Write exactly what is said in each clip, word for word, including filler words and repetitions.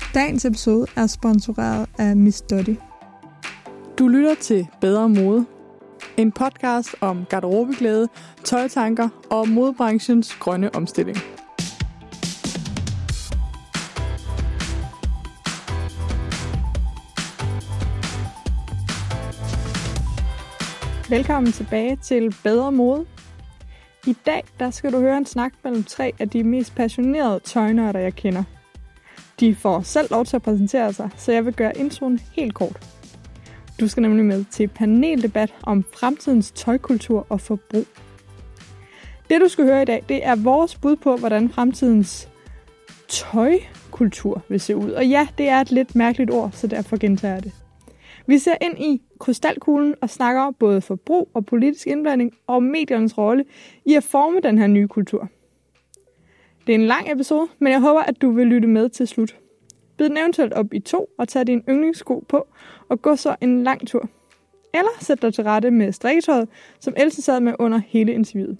Dagens episode er sponsoreret af Miss Dotti. Du lytter til Bedre Mode. En podcast om garderobeglæde, tøjtanker og modebranchens grønne omstilling. Velkommen tilbage til Bedre Mode. I dag der skal du høre en snak mellem tre af de mest passionerede tøjnørder, jeg kender. De får selv lov til at præsentere sig, så jeg vil gøre introen helt kort. Du skal nemlig med til paneldebat om fremtidens tøjkultur og forbrug. Det du skal høre i dag, det er vores bud på, hvordan fremtidens tøjkultur vil se ud. Og ja, det er et lidt mærkeligt ord, så derfor gentager jeg det. Vi ser ind i krystalkuglen og snakker om både forbrug og politisk indblanding og mediernes rolle i at forme den her nye kultur. Det er en lang episode, men jeg håber, at du vil lytte med til slut. Bid den eventuelt op i to og tag din yndlingssko på og gå så en lang tur. Eller sæt dig til rette med strikketøjet, som Else sad med under hele interviewet.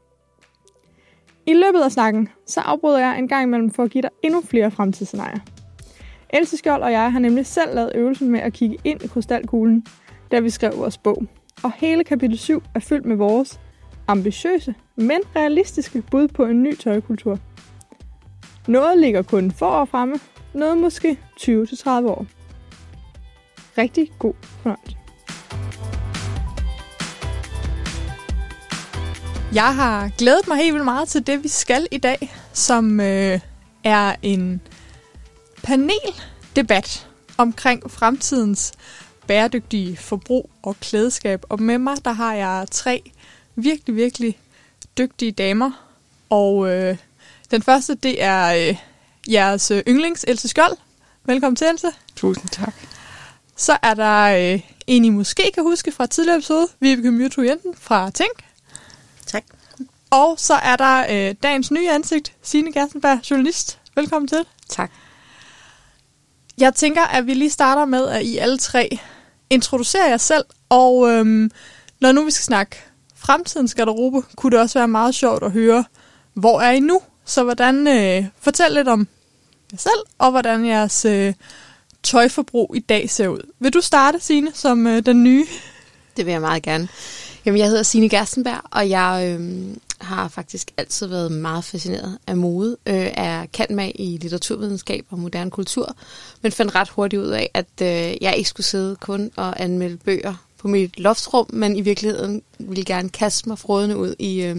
I løbet af snakken, så afbryder jeg en gang imellem for at give dig endnu flere fremtidsscenarier. Else Skjold og jeg har nemlig selv lavet øvelsen med at kigge ind i krystalkuglen, da vi skrev vores bog. Og hele kapitel syv er fyldt med vores ambitiøse, men realistiske bud på en ny tøjkultur. Noget ligger kun få år fremme, noget måske tyve til tredive år. Rigtig god fornøjelse. Jeg har glædet mig helt vildt meget til det, vi skal i dag, som øh, er en paneldebat omkring fremtidens bæredygtige forbrug og klædeskab. Og med mig, der har jeg tre virkelig, virkelig dygtige damer. Og øh, den første, det er øh, jeres yndlings, Else Skjold. Velkommen til, Else. Tusind tak. Så er der øh, en, I måske kan huske fra tidligere episode, Vibeke Myrto Jensen fra Tænk. Tak. Og så er der øh, dagens nye ansigt, Signe Gerstenberg, journalist. Velkommen til. Tak. Jeg tænker, at vi lige starter med, at I alle tre introducerer jer selv. Og øhm, når nu vi skal snakke fremtidens garderobe, kunne det også være meget sjovt at høre, hvor er I nu? Så hvordan, øh, fortæl lidt om jer selv, og hvordan jeres øh, tøjforbrug i dag ser ud. Vil du starte, Signe, som øh, den nye? Det vil jeg meget gerne. Jamen, jeg hedder Signe Gerstenberg, og jeg øh, har faktisk altid været meget fascineret af mode. Øh, er kendt med i litteraturvidenskab og moderne kultur, men fandt ret hurtigt ud af, at øh, jeg ikke skulle sidde kun og anmelde bøger på mit loftsrum, men i virkeligheden ville gerne kaste mig frådende ud i, øh,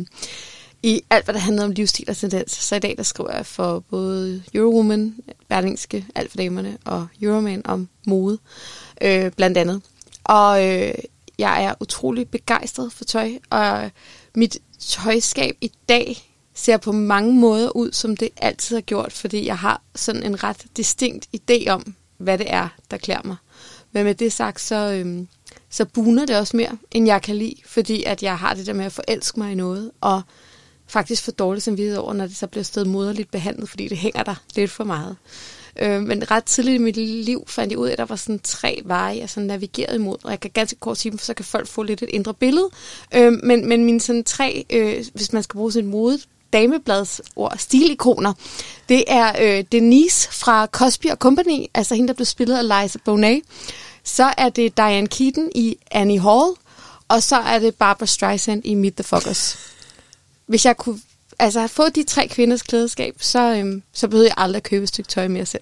i alt, hvad der handler om livsstil og tendens. Så i dag der skriver jeg for både Eurowoman, Berlingske, Alt for damerne og Euroman om mode, øh, blandt andet. Og øh, jeg er utrolig begejstret for tøj, og mit tøjskab i dag ser på mange måder ud, som det altid har gjort, fordi jeg har sådan en ret distinkt idé om, hvad det er, der klæder mig. Men med det sagt, så, øhm, så buner det også mere, end jeg kan lide, fordi at jeg har det der med at forelske mig i noget, og faktisk få dårligt samvittighed over, når det så bliver stedet moderligt behandlet, fordi det hænger der lidt for meget. Øh, men ret tidligt i mit liv fandt jeg ud af, at der var sådan tre veje, jeg sådan navigerede imod, og jeg kan ganske kort sige dem, for så kan folk få lidt et indre billede. Øh, men, men mine sådan tre, øh, hvis man skal bruge sådan et mode, dameblads ord, stilikoner, det er øh, Denise fra Cosby og Company, altså hende, der blev spillet af Liza Bonet. Så er det Diane Keaton i Annie Hall, og så er det Barbra Streisand i Meet the Fockers. Hvis jeg kunne altså få de tre kvinders klædeskab, så, øhm, så behøver jeg aldrig at købe et stykke tøj mere selv.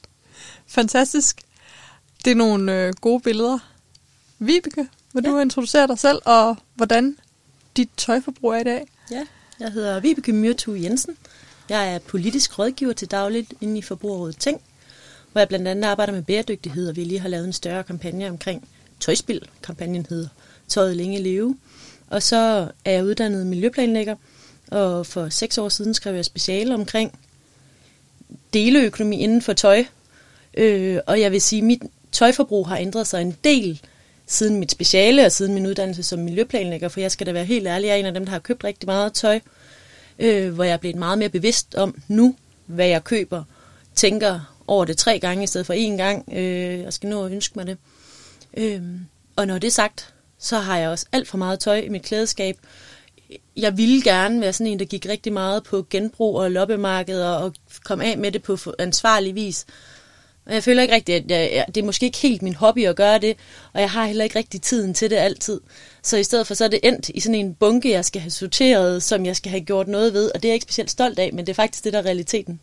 Fantastisk. Det er nogle øh, gode billeder. Vibeke, vil ja. du introducere dig selv, og hvordan dit tøjforbrug er i dag? Ja, jeg hedder Vibeke Myrto Jensen. Jeg er politisk rådgiver til dagligt inde i Forbrugerrådet Tænk, hvor jeg blandt andet arbejder med bæredygtighed, og vi lige har lavet en større kampagne omkring tøjspild. Kampagnen hedder Tøjet længe leve. Og så er jeg uddannet miljøplanlægger, og for seks år siden skrev jeg speciale omkring deleøkonomi inden for tøj. Øh, og jeg vil sige, at mit tøjforbrug har ændret sig en del siden mit speciale og siden min uddannelse som miljøplanlægger, for jeg skal da være helt ærlig, jeg er en af dem, der har købt rigtig meget tøj, øh, hvor jeg er blevet meget mere bevidst om nu, hvad jeg køber, tænker over det tre gange i stedet for én gang. Øh, jeg skal nå at ønske mig det. Øh, og når det er sagt, så har jeg også alt for meget tøj i mit klædeskab. Jeg ville gerne være sådan en, der gik rigtig meget på genbrug og loppemarkeder og kom af med det på ansvarlig vis. Og jeg føler ikke rigtigt, at jeg, jeg, det er måske ikke helt min hobby at gøre det, og jeg har heller ikke rigtig tiden til det altid. Så i stedet for, så er det endt i sådan en bunke, jeg skal have sorteret, som jeg skal have gjort noget ved, og det er jeg ikke specielt stolt af, men det er faktisk det, der er realiteten.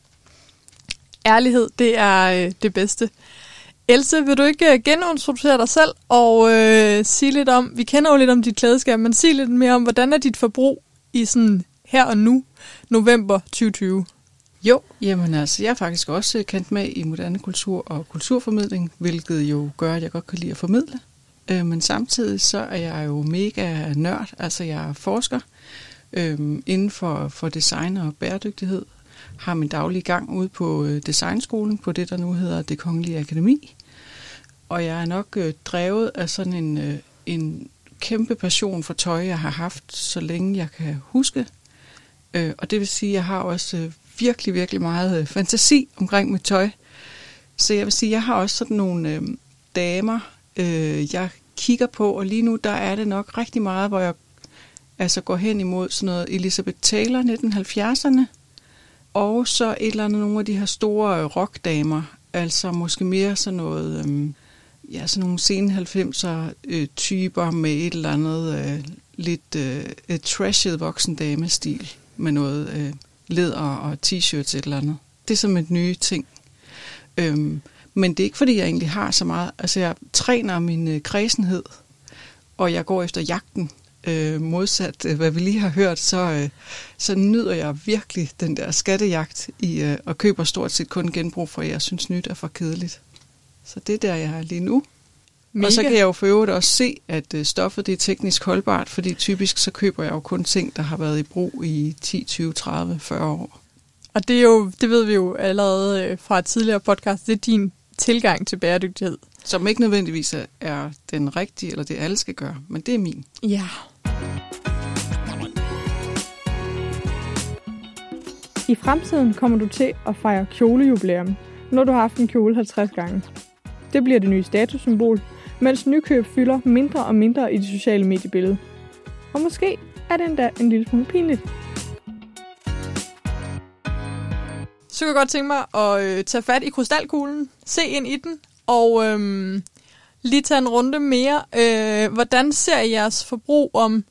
Ærlighed, det er øh, det bedste. Else, vil du ikke øh, genintroducere dig selv og øh, sige lidt om, vi kender jo lidt om dit klædeskab, men sig lidt mere om, hvordan er dit forbrug i sådan her og nu, november tyve tyve? Jo, jamen altså, jeg er faktisk også kendt med i moderne kultur og kulturformidling, hvilket jo gør, at jeg godt kan lide at formidle. Øh, men samtidig så er jeg jo mega nørd, altså jeg er forsker øh, inden for, for design og bæredygtighed. Har min daglige gang ude på øh, designskolen, på det, der nu hedder Det Kongelige Akademi. Og jeg er nok øh, drevet af sådan en, øh, en kæmpe passion for tøj, jeg har haft, så længe jeg kan huske. Øh, og det vil sige, at jeg har også øh, virkelig, virkelig meget øh, fantasi omkring mit tøj. Så jeg vil sige, at jeg har også sådan nogle øh, damer, øh, jeg kigger på, og lige nu der er det nok rigtig meget, hvor jeg altså går hen imod sådan noget Elizabeth Taylor nitten halvfjerdserne, og så et eller andet nogle af de her store rockdamer, altså måske mere sådan noget, øhm, ja, sådan nogle sen halvfemser øh, typer med et eller andet øh, lidt øh, trashet voksendame-stil, med noget øh, læder og t-shirts et eller andet. Det er som et nye ting. Øhm, men det er ikke fordi, jeg egentlig har så meget. Altså jeg træner min øh, kredsenhed, og jeg går efter jagten. Øh, modsat øh, hvad vi lige har hørt, så, øh, så nyder jeg virkelig den der skattejagt i, øh, og køber stort set kun genbrug, for jeg synes nyt er for kedeligt. Så det er der, jeg er lige nu. Mega. Og så kan jeg jo for øvrigt også se, at øh, stoffet det er teknisk holdbart, fordi typisk så køber jeg jo kun ting, der har været i brug i ti, tyve, tredive, fyrre år. Og det er jo, det ved vi jo allerede øh, fra et tidligere podcast, det er din tilgang til bæredygtighed. Som ikke nødvendigvis er den rigtige, eller det alle skal gøre, men det er min. Ja. I fremtiden kommer du til at fejre kjolejubilæum, når du har haft en kjole halvtreds gange. Det bliver det nye statussymbol, mens nykøb fylder mindre og mindre i det sociale mediebillede. Og måske er det endda en lille smule pinligt. Så kan jeg godt tænke mig at øh, tage fat i krystalkuglen, se ind i den, og øh, lige tage en runde mere. Øh, hvordan ser I jeres forbrug om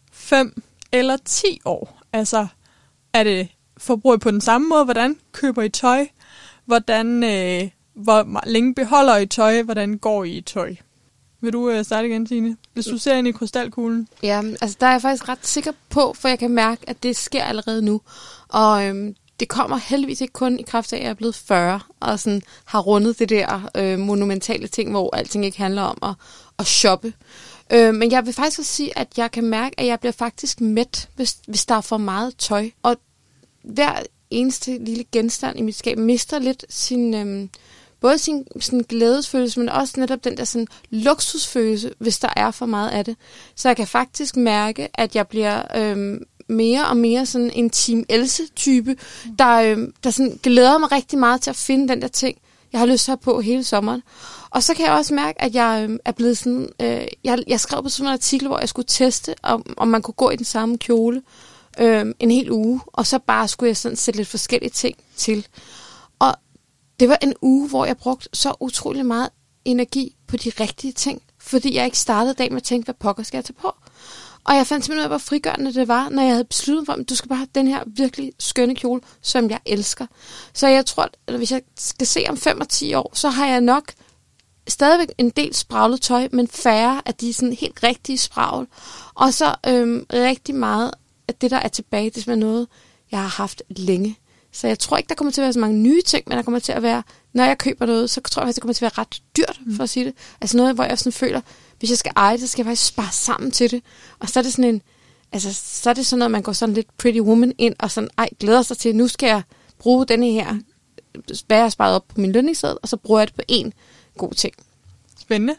fem eller ti år? Altså, er det forbrug på den samme måde? Hvordan køber I tøj? Hvordan, øh, hvor længe beholder I tøj? Hvordan går I i tøj? Vil du øh, starte igen, Tine? Hvis du ser ind i krystalkuglen. Ja, altså der er jeg faktisk ret sikker på, for jeg kan mærke, at det sker allerede nu. Og øhm, det kommer heldigvis ikke kun i kraft af, at jeg er blevet fyrre, og sådan har rundet det der øh, monumentale ting, hvor alting ikke handler om at, at shoppe. Øh, men jeg vil faktisk også sige, at jeg kan mærke, at jeg bliver faktisk mæt, hvis, hvis der er for meget tøj. Og hver eneste lille genstand i mit skab mister lidt sin, øhm, både sin sådan glædesfølelse, men også netop den der sådan luksusfølelse, hvis der er for meget af det. Så jeg kan faktisk mærke, at jeg bliver øhm, mere og mere sådan en Team Else-type, der, øhm, der sådan glæder mig rigtig meget til at finde den der ting, jeg har lyst til at have på hele sommeren. Og så kan jeg også mærke, at jeg øhm, er blevet sådan... Øh, jeg, jeg skrev på sådan en artikel, hvor jeg skulle teste, om, om man kunne gå i den samme kjole Øhm, en hel uge, og så bare skulle jeg sådan sætte lidt forskellige ting til. Og det var en uge, hvor jeg brugte så utrolig meget energi på de rigtige ting, fordi jeg ikke startede dagen med at tænke, hvad pokker skal jeg tage på. Og jeg fandt simpelthen ud af, hvor frigørende det var, når jeg havde besluttet for, at du skal bare have den her virkelig skønne kjole, som jeg elsker. Så jeg tror, at hvis jeg skal se om fem og ti år, så har jeg nok stadigvæk en del spraglet tøj, men færre af de sådan helt rigtige spragl. Og så øhm, rigtig meget at det, der er tilbage, det er noget, jeg har haft længe. Så jeg tror ikke, der kommer til at være så mange nye ting, men der kommer til at være, når jeg køber noget, så tror jeg faktisk, det kommer til at være ret dyrt, for at sige det. Altså noget, hvor jeg sådan føler, hvis jeg skal eje det, så skal jeg faktisk spare sammen til det. Og så er det sådan en, altså så er det sådan noget, man går sådan lidt Pretty Woman ind, og sådan, ej, glæder sig til, nu skal jeg bruge denne her, hvad jeg har sparet op på min lønningsseddel, og så bruger jeg det på én god ting. Spændende.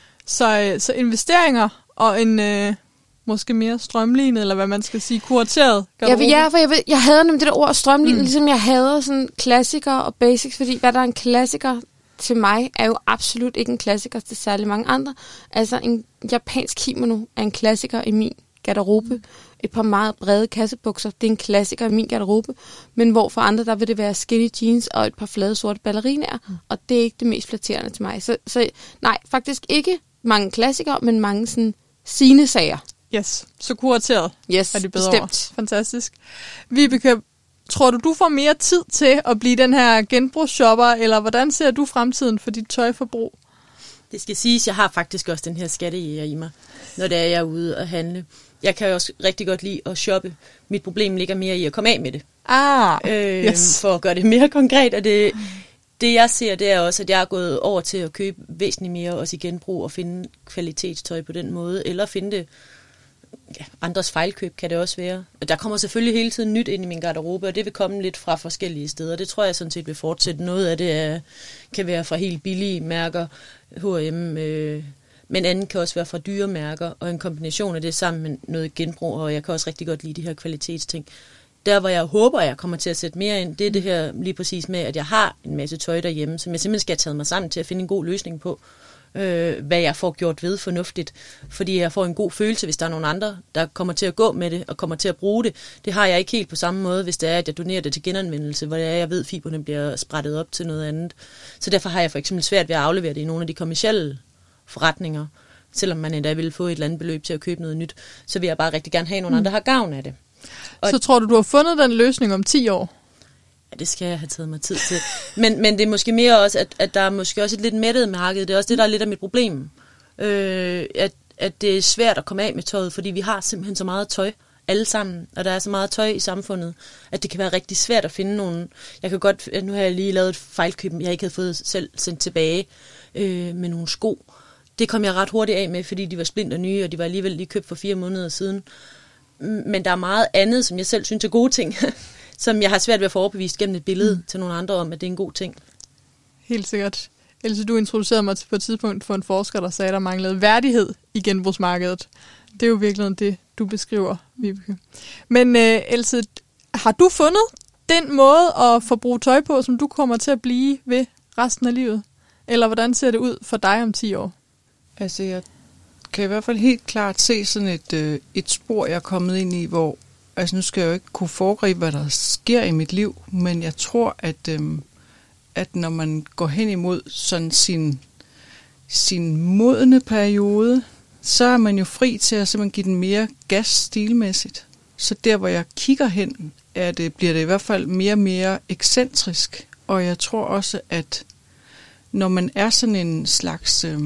Så, så investeringer og en... Øh måske mere strømlignet, eller hvad man skal sige, kurateret. Ja, ja, for jeg, ved, jeg hader nemlig det der ord strømlignet, mm. ligesom jeg hader sådan klassikere og basics, fordi hvad der er en klassiker til mig, er jo absolut ikke en klassiker til særlig mange andre. Altså en japansk kimono er en klassiker i min garderobe. Et par meget brede kassebukser. Det er en klassiker i min garderobe. Men hvor for andre, der vil det være skinny jeans og et par flade sorte ballerinaer. Mm. Og det er ikke det mest flatterende til mig. Så, så nej, faktisk ikke mange klassikere, men mange sådan sine sager. Yes, så kurateret yes, er det bedre bestemt. Over. Fantastisk. Vibeke, tror du, du får mere tid til at blive den her genbrugsshopper, eller hvordan ser du fremtiden for dit tøjforbrug? Det skal siges, jeg har faktisk også den her skattejæger i mig, når det er, jeg er ude og handle. Jeg kan jo også rigtig godt lide at shoppe. Mit problem ligger mere i at komme af med det. Ah, øh, yes. For at gøre det mere konkret. Og det, det jeg ser, det er også, at jeg er gået over til at købe væsentligt mere også i genbrug og finde kvalitetstøj på den måde. Eller finde det, ja, andres fejlkøb kan det også være. Og der kommer selvfølgelig hele tiden nyt ind i min garderobe, og det vil komme lidt fra forskellige steder. Det tror jeg sådan set vil fortsætte. Noget af det er, kan være fra helt billige mærker, H og M, øh, men anden kan også være fra dyre mærker, og en kombination af det sammen med noget genbrug, og jeg kan også rigtig godt lide de her kvalitetsting. Der, hvor jeg håber, at jeg kommer til at sætte mere ind, det er det her lige præcis med, at jeg har en masse tøj derhjemme, som jeg simpelthen skal have taget mig sammen til at finde en god løsning på, øh, hvad jeg får gjort ved fornuftigt. Fordi jeg får en god følelse, hvis der er nogen andre, der kommer til at gå med det, og kommer til at bruge det. Det har jeg ikke helt på samme måde, hvis det er, at jeg donerer det til genanvendelse, hvor det er, jeg ved, at fiberne bliver sprættet op til noget andet. Så derfor har jeg for eksempel svært ved at aflevere det i nogle af de kommercielle forretninger, selvom man endda ville få et eller andet beløb til at købe noget nyt, så vil jeg bare rigtig gerne have nogen andre, der har gavn af det. Og så tror du, du har fundet den løsning om ti år? Ja, det skal jeg have taget mig tid til. Men, men det er måske mere også, at, at der er måske også et lidt mættet marked. Det er også det, der er lidt af mit problem. Øh, at, at det er svært at komme af med tøjet, fordi vi har simpelthen så meget tøj alle sammen, og der er så meget tøj i samfundet, at det kan være rigtig svært at finde nogen. Jeg kan godt, nu har jeg lige lavet et fejlkøb, jeg ikke havde fået selv sendt tilbage øh, med nogle sko. Det kom jeg ret hurtigt af med, fordi de var splinter nye, og de var alligevel lige købt for fire måneder siden. Men der er meget andet, som jeg selv synes er gode ting, som jeg har svært ved at få overbevist gennem et billede mm. til nogle andre om, at det er en god ting. Helt sikkert. Else, du introducerede mig på et tidspunkt for en forsker, der sagde, at der manglede værdighed i genbrugsmarkedet. Det er jo virkelig det, du beskriver, Vibeke. Men uh, Else, har du fundet den måde at forbruge tøj på, som du kommer til at blive ved resten af livet? Eller hvordan ser det ud for dig om ti år? Altså, jeg kan i hvert fald helt klart se sådan et, øh, et spor, jeg er kommet ind i, hvor, altså nu skal jeg jo ikke kunne foregribe, hvad der sker i mit liv, men jeg tror, at, øh, at når man går hen imod sådan sin, sin modne periode, så er man jo fri til at simpelthen give den mere gas stilmæssigt. Så der, hvor jeg kigger hen, er det, bliver det i hvert fald mere og mere ekscentrisk, og jeg tror også, at når man er sådan en slags øh,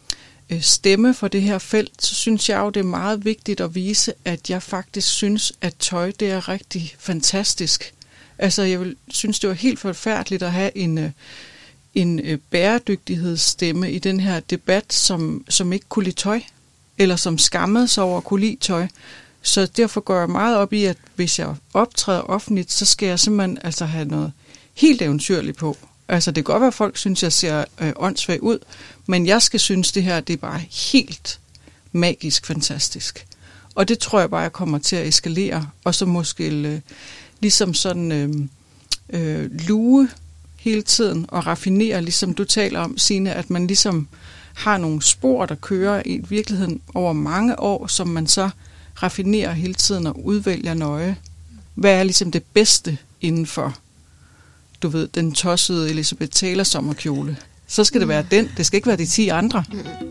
stemme for det her felt, så synes jeg jo, det er meget vigtigt at vise, at jeg faktisk synes, at tøj, det er rigtig fantastisk. Altså, jeg vil, synes, det var helt forfærdeligt at have en, øh, en øh, bæredygtighedsstemme i den her debat, som, som ikke kunne lide tøj, eller som skammede sig over at kunne lide tøj. Så derfor går jeg meget op i, at hvis jeg optræder offentligt, så skal jeg simpelthen altså have noget helt eventyrligt på. Altså, det kan godt være, at folk synes, jeg ser øh, åndssvag ud, men jeg skal synes, det her det er bare helt magisk fantastisk. Og det tror jeg bare, jeg kommer til at eskalere, og så måske øh, ligesom sådan øh, øh, luge hele tiden og raffinere, ligesom du taler om, Signe, at man ligesom har nogle spor, der kører i virkeligheden over mange år, som man så raffinerer hele tiden og udvælger nøje. Hvad er ligesom det bedste inden for, du ved, den tossede Elizabeth Taylor sommerkjole? Så skal det være den. Det skal ikke være de ti andre.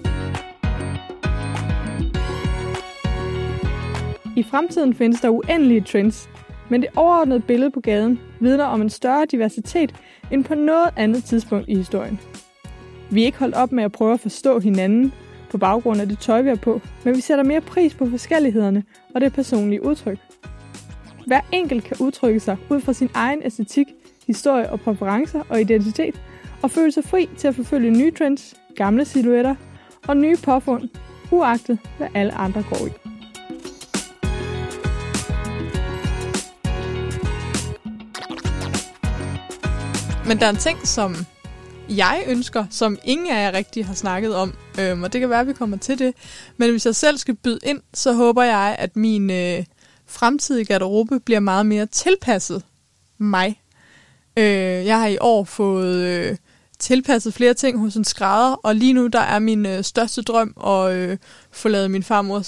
I fremtiden findes der uendelige trends, men det overordnede billede på gaden vidner om en større diversitet end på noget andet tidspunkt i historien. Vi er ikke holdt op med at prøve at forstå hinanden på baggrund af det tøj, vi har på, men vi sætter mere pris på forskellighederne og det personlige udtryk. Hver enkelt kan udtrykke sig ud fra sin egen æstetik, historie og præferencer og identitet, og føle sig fri til at forfølge nye trends, gamle silhuetter og nye påfund, uagtet hvad alle andre går i. Men der er en ting, som jeg ønsker, som ingen af jer rigtig har snakket om, øhm, og det kan være, at vi kommer til det. Men hvis jeg selv skal byde ind, så håber jeg, at min øh, fremtidige garderobe bliver meget mere tilpasset mig. Øh, jeg har i år fået øh, tilpasset flere ting hos en skrædder, og lige nu der er min øh, største drøm at øh, få lavet min farmors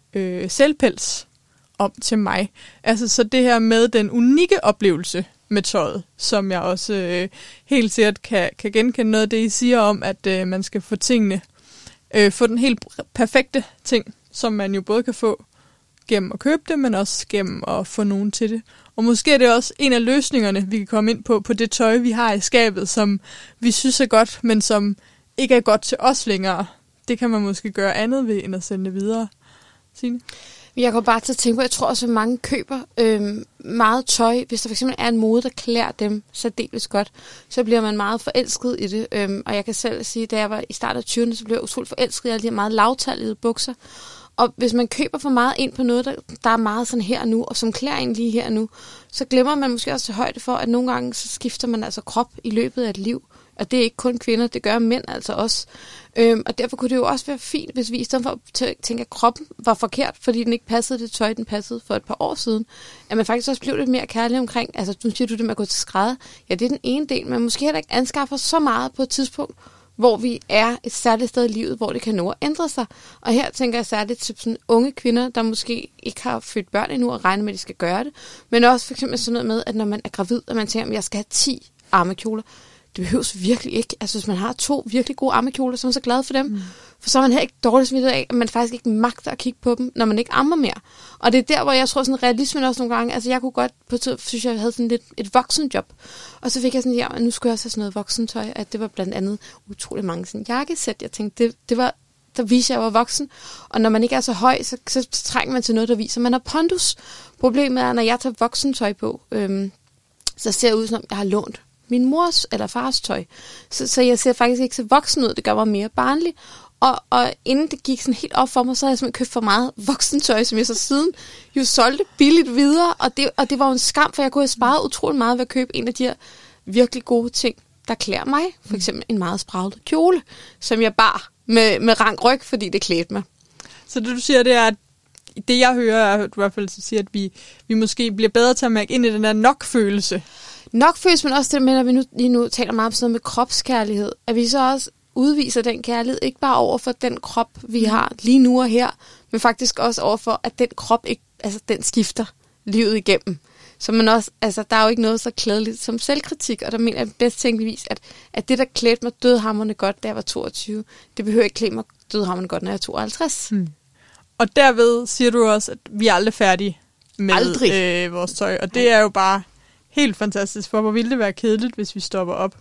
øh, selvpels om til mig. Altså så det her med den unikke oplevelse med tøjet, som jeg også øh, helt sikkert kan, kan genkende noget af det, I siger om, at øh, man skal få tingene, øh, få den helt perfekte ting, som man jo både kan få gennem at købe det, men også gennem at få nogen til det. Og måske er det også en af løsningerne, vi kan komme ind på, på det tøj, vi har i skabet, som vi synes er godt, men som ikke er godt til os længere. Det kan man måske gøre andet ved, end at sende det videre. Signe? Jeg går bare til at tænke på, at jeg tror også, at mange køber øh, meget tøj. Hvis der fx er en mode, der klæder dem særdeles godt, så bliver man meget forelsket i det. Øh, og jeg kan selv sige, at da jeg var i starten af tyverne, så blev jeg utroligt forelsket i alle de her meget lavtallede bukser. Og hvis man køber for meget ind på noget, der, der er meget sådan her og nu, og som klæder en lige her og nu, så glemmer man måske også til højde for, at nogle gange så skifter man altså krop i løbet af et liv. Og det er ikke kun kvinder, det gør mænd altså også. Øhm, og derfor kunne det jo også være fint, hvis vi i stedet for at tænke, at kroppen var forkert, fordi den ikke passede det tøj, den passede for et par år siden, at man faktisk også blev lidt mere kærlig omkring, altså nu siger du det med at gå til skrædder. Ja, det er den ene del, men måske heller ikke anskaffer så meget på et tidspunkt, hvor vi er et særligt sted i livet, hvor det kan nå at ændre sig. Og her tænker jeg særligt til sådan unge kvinder, der måske ikke har født børn endnu og regner med, at de skal gøre det. Men også for eksempel sådan noget med, at når man er gravid, og man tænker, at jeg skal have ti armekjoler. Det behøves virkelig ikke. Altså hvis man har to virkelig gode armekjoler, så er man så glad for dem. Mm. For så er man her ikke dårligt smittet af, at man faktisk ikke magter at kigge på dem, når man ikke ammer mere. Og det er der, hvor jeg tror, sådan realismen også nogle gange, altså jeg kunne godt, på tid, synes jeg, havde sådan lidt et voksenjob. Og så fik jeg sådan, ja, nu skulle jeg også have sådan noget voksentøj, at det var blandt andet utrolig mange sådan jakkesæt. Jeg tænkte, det, det var, der viser jeg var voksen. Og når man ikke er så høj, så, så trænger man til noget, der viser, man har pondus. Problemet er, når jeg tager voksentøj på, øhm, så ser jeg ud, som jeg har lånt min mors eller fars tøj. Så, så jeg ser faktisk ikke så voksen ud. Det gør mig mere barnlig. Og, og inden det gik sådan helt op for mig, så havde jeg simpelthen købt for meget voksentøj, som jeg så siden jo solgte billigt videre. Og det, og det var jo en skam, for jeg kunne have sparet utrolig meget ved at købe en af de her virkelig gode ting, der klæder mig. For eksempel en meget spraglet kjole, som jeg bar med, med rank ryg, fordi det klædte mig. Så det du siger, det er, at det jeg hører, er i hvert fald siger, at vi, vi måske bliver bedre til at mærke ind i den der nok-følelse. Nok føles, men også det med, at vi nu, lige nu taler meget om sådan noget med kropskærlighed, at vi så også udviser den kærlighed, ikke bare over for den krop, vi har lige nu og her, men faktisk også over for, at den krop ikke, altså den skifter livet igennem. Så man også, altså der er jo ikke noget så klædeligt som selvkritik, og der mener jeg bedst tænkeligvis, at, at det, der klædte mig dødhamrende godt, da jeg var toogtyve, det behøver ikke klæde mig dødhamrende godt, når jeg er tooghalvtreds. Hmm. Og derved siger du også, at vi er aldrig færdige med øh, vores tøj, og det er jo bare helt fantastisk, for hvor ville det være kedeligt, hvis vi stopper op.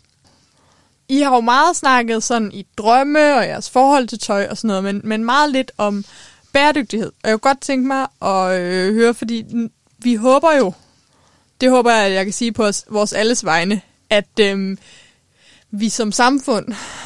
I har jo meget snakket sådan i drømme og jeres forhold til tøj og sådan noget, men, men meget lidt om bæredygtighed. Og jeg kunne godt tænke mig at øh, høre, fordi vi håber jo, det håber jeg, at jeg kan sige på os, vores alles vegne, at øh, vi som samfund,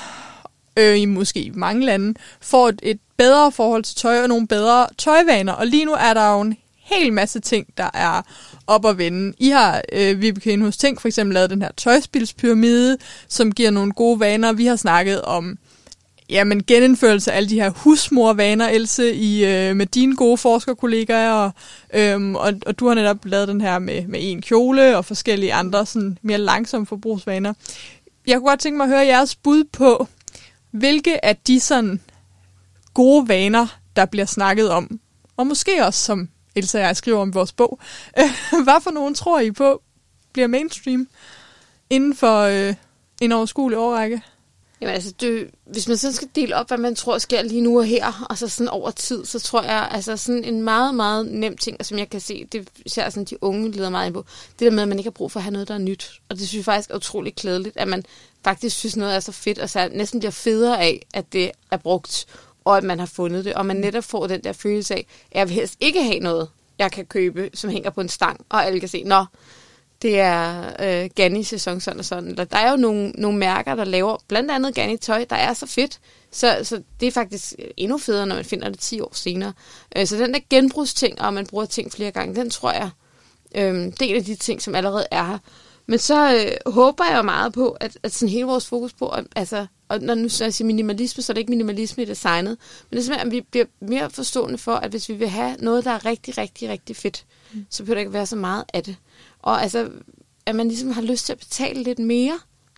øh, i måske mange lande, får et, et bedre forhold til tøj og nogle bedre tøjvaner. Og lige nu er der jo en hel masse ting, der er op at vende. I har, øh, Vibeke Hos Tænk, for eksempel lavet den her tøjspilspyramide, som giver nogle gode vaner. Vi har snakket om jamen, genindførelse af alle de her husmorvaner, Else, i, øh, med dine gode forskerkollegaer, og, øh, og, og du har netop lavet den her med, med en kjole og forskellige andre sådan mere langsomme forbrugsvaner. Jeg kunne godt tænke mig at høre jeres bud på, hvilke af de sådan gode vaner, der bliver snakket om, og måske også som Else og jeg skriver om vores bog. Hvad for nogen tror I på bliver mainstream inden for øh, en overskuelig årrække? Jamen altså, det, hvis man sådan skal dele op, hvad man tror sker lige nu og her, og så sådan over tid, så tror jeg, altså sådan en meget, meget nem ting, og som jeg kan se, det ser sådan, de unge leder meget ind på, det der med, at man ikke har brug for at have noget, der er nyt. Og det synes jeg faktisk er utroligt klædeligt, at man faktisk synes, noget er så fedt, og så næsten bliver federe af, at det er brugt, og at man har fundet det, og man netop får den der følelse af, at jeg vil helst ikke have noget, jeg kan købe, som hænger på en stang, og alle kan se, nå, det er øh, Ganni-sæson sådan og sådan. Der er jo nogle, nogle mærker, der laver blandt andet Ganni-tøj, der er så fedt, så, så det er faktisk endnu federe, når man finder det ti år senere. Øh, så den der genbrugsting, og man bruger ting flere gange, den tror jeg, øh, det er en af de ting, som allerede er her. Men så øh, håber jeg jo meget på, at, at sådan hele vores fokus på, at, altså, og når nu når jeg siger minimalisme, så er det ikke minimalisme i designet, men det er simpelthen, at vi bliver mere forstående for, at hvis vi vil have noget, der er rigtig, rigtig, rigtig fedt, mm. så behøver der ikke være så meget af det. Og altså, at man ligesom har lyst til at betale lidt mere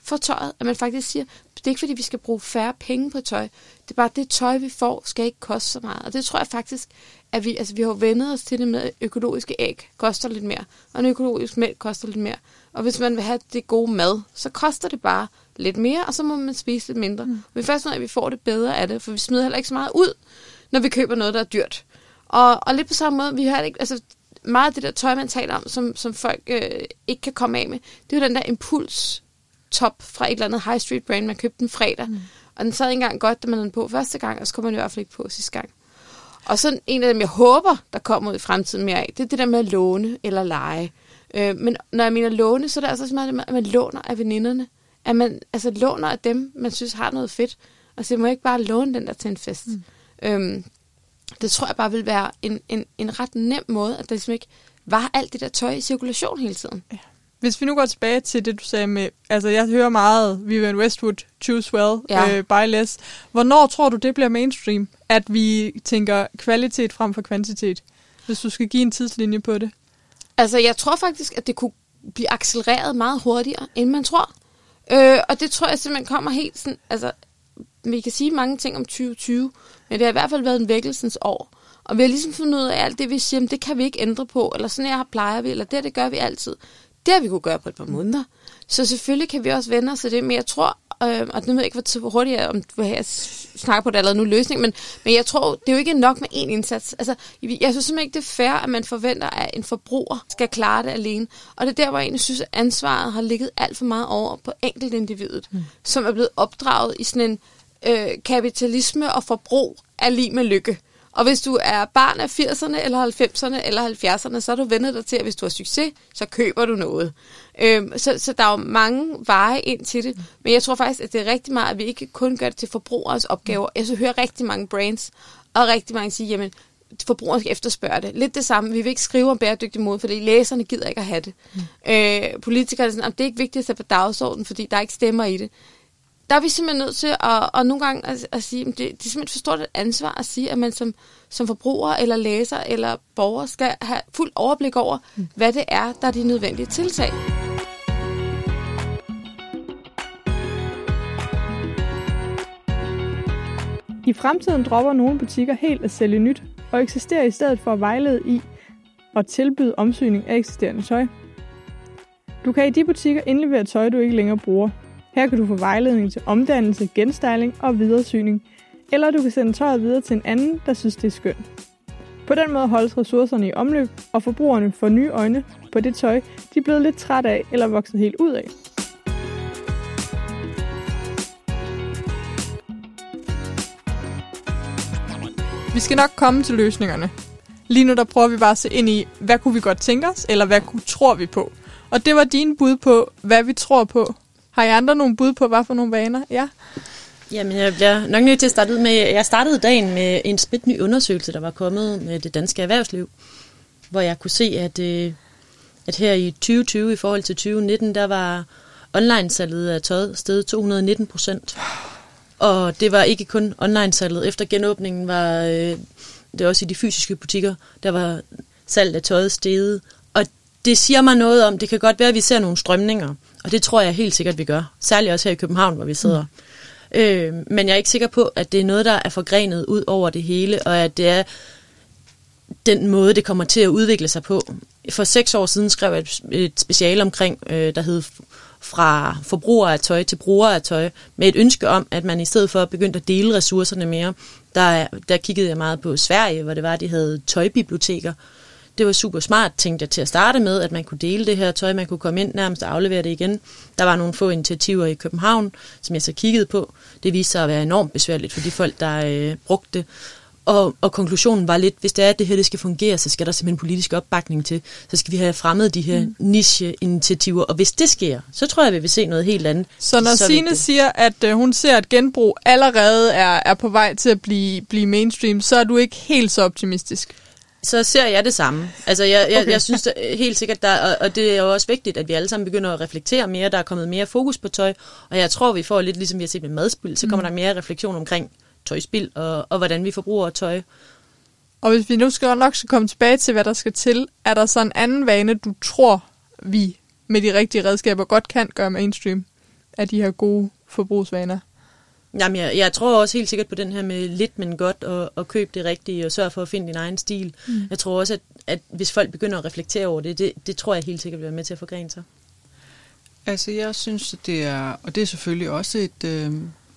for tøjet, at man faktisk siger, det er ikke fordi, vi skal bruge færre penge på tøj. Det er bare, det tøj, vi får, skal ikke koste så meget. Og det tror jeg faktisk, at vi, altså vi har vendet os til det med, at økologiske æg koster lidt mere, og en økologisk mælk koster lidt mere. Og hvis man vil have det gode mad, så koster det bare lidt mere, og så må man spise lidt mindre. Mm. Vi først at vi får det bedre af det, for vi smider heller ikke så meget ud, når vi køber noget, der er dyrt. Og, og lidt på samme måde, vi har ikke, altså meget af det der tøj, man taler om, som, som folk øh, ikke kan komme af med, det er jo den der impuls top fra et eller andet high street brand, man købte den fredag, mm. og den sad ikke engang godt, da man havde den på første gang, og så kommer man i hvert fald ikke på sidste gang. Og så en af dem, jeg håber, der kommer ud i fremtiden mere af, det er det der med at låne eller lege. Øh, men når jeg mener låne, så er det altså så meget, at man låner af veninderne. At man altså låner af dem, man synes har noget fedt. Og så må jeg ikke bare låne den der til en fest. Mm. Øhm, det tror jeg bare vil være en, en, en ret nem måde, at der ligesom ikke var alt det der tøj i cirkulation hele tiden. Ja. Hvis vi nu går tilbage til det, du sagde med, altså jeg hører meget Vivienne Westwood, Choose Well, ja. øh, Buy Less. Hvornår tror du, det bliver mainstream, at vi tænker kvalitet frem for kvantitet? Hvis du skal give en tidslinje på det. Altså jeg tror faktisk, at det kunne blive accelereret meget hurtigere, end man tror. Øh, og det tror jeg simpelthen kommer helt sådan, altså vi kan sige mange ting om tyve tyve, men det har i hvert fald været en vækkelsens år. Og vi har ligesom fundet ud af alt det, vi siger, jamen, det kan vi ikke ændre på, eller sådan her plejer vi, eller det, det gør vi altid. Det har vi kunne gøre på et par måneder. Så selvfølgelig kan vi også vende os til det, men jeg tror, øh, og nu ved jeg ikke, hvor hurtigt jeg, om du vil have snakke på det allerede nu løsning, men, men jeg tror, det er jo ikke nok med én indsats. Altså, jeg synes simpelthen ikke, det er fair, at man forventer, at en forbruger skal klare det alene. Og det er der, hvor jeg egentlig synes, at ansvaret har ligget alt for meget over på enkeltindividet, mm. som er blevet opdraget i sådan en øh, kapitalisme og forbrug er lig med lykke. Og hvis du er barn af firserne, eller halvfemserne, eller halvfjerdserne, så er du vendet dig til, at hvis du har succes, så køber du noget. Øhm, så, så der er jo mange veje ind til det. Men jeg tror faktisk, at det er rigtig meget, at vi ikke kun gør det til forbrugerens opgaver. Jeg så hører rigtig mange brands, og rigtig mange sige, jamen, forbrugeren skal efterspørge det. Lidt det samme. Vi vil ikke skrive om bæredygtig mode, fordi læserne gider ikke at have det. Mm. Øh, politikere er sådan, at det er ikke vigtigt at sætte på dagsordenen, fordi der er ikke stemmer i det. Der er vi simpelthen nødt til at, og nogle gange at, at sige, det, det er simpelthen for stort et ansvar at sige, at man som, som forbruger eller læser eller borger skal have fuld overblik over, mm. hvad det er, der er de nødvendige tiltag. I fremtiden dropper nogle butikker helt at sælge nyt, og eksisterer i stedet for at vejlede i og tilbyde omsyning af eksisterende tøj. Du kan i de butikker indlevere tøj, du ikke længere bruger. Her kan du få vejledning til omdannelse, genstyling og videresyning, eller du kan sende tøjet videre til en anden, der synes, det er skønt. På den måde holdes ressourcerne i omløb, og forbrugerne får nye øjne på det tøj, de er blevet lidt træt af eller vokset helt ud af. Vi skal nok komme til løsningerne. Lige nu der prøver vi bare at se ind i, hvad kunne vi godt tænke os, eller hvad kunne, tror vi på. Og det var dine bud på, hvad vi tror på. Har I andre nogle bud på, hvad for nogle vaner? Ja. Jamen, jeg bliver nok nødt til at starte ud med, jeg startede dagen med en spritny undersøgelse, der var kommet med det danske erhvervsliv, hvor jeg kunne se, at, at her i tyve tyve i forhold til tyve nitten, der var online-salget af tøj steget to hundrede og nitten procent. Og det var ikke kun online-salget. Efter genåbningen var det også i de fysiske butikker, der var salget af tøjet steget. Og det siger mig noget om, det kan godt være, at vi ser nogle strømninger, og det tror jeg helt sikkert, vi gør. Særligt også her i København, hvor vi sidder. Mm. Øh, men jeg er ikke sikker på, at det er noget, der er forgrenet ud over det hele, og at det er den måde, det kommer til at udvikle sig på. For seks år siden skrev jeg et, et speciale omkring, øh, der hed Fra forbrugere af tøj til brugere af tøj, med et ønske om, at man i stedet for begyndte at dele ressourcerne mere. Der, der kiggede jeg meget på Sverige, hvor det var, de havde tøjbiblioteker. Det var super smart, tænkte jeg til at starte med, at man kunne dele det her tøj, man kunne komme ind nærmest og aflevere det igen. Der var nogle få initiativer i København, som jeg så kiggede på. Det viste sig at være enormt besværligt for de folk, der øh, brugte det. Og, og konklusionen var lidt, hvis det er, at det her det skal fungere, så skal der simpelthen politisk opbakning til. Så skal vi have fremmet de her mm. niche-initiativer. Og hvis det sker, så tror jeg, at vi vil se noget helt andet. Så når så Signe siger, at øh, hun ser, at genbrug allerede er, er på vej til at blive, blive mainstream, så er du ikke helt så optimistisk? Så ser jeg det samme. Altså, jeg, jeg, okay. jeg synes helt sikkert, der, og, og det er jo også vigtigt, at vi alle sammen begynder at reflektere mere. Der er kommet mere fokus på tøj, og jeg tror, vi får lidt, ligesom vi har set med madspil, så kommer mm. der mere refleksion omkring tøjspil, og, og hvordan vi forbruger tøj. Og hvis vi nu skal nok skal komme tilbage til, hvad der skal til, er der så en anden vane, du tror, vi med de rigtige redskaber godt kan gøre mainstream? af de her gode forbrugsvaner? Jamen, jeg, jeg tror også helt sikkert på den her med lidt, men godt, og, og købe det rigtige, og sørge for at finde din egen stil. Mm. Jeg tror også, at, at hvis folk begynder at reflektere over det, det, det tror jeg helt sikkert vil være med til at forgrene sig. Altså, jeg synes, det er, og det er selvfølgelig også et, øh,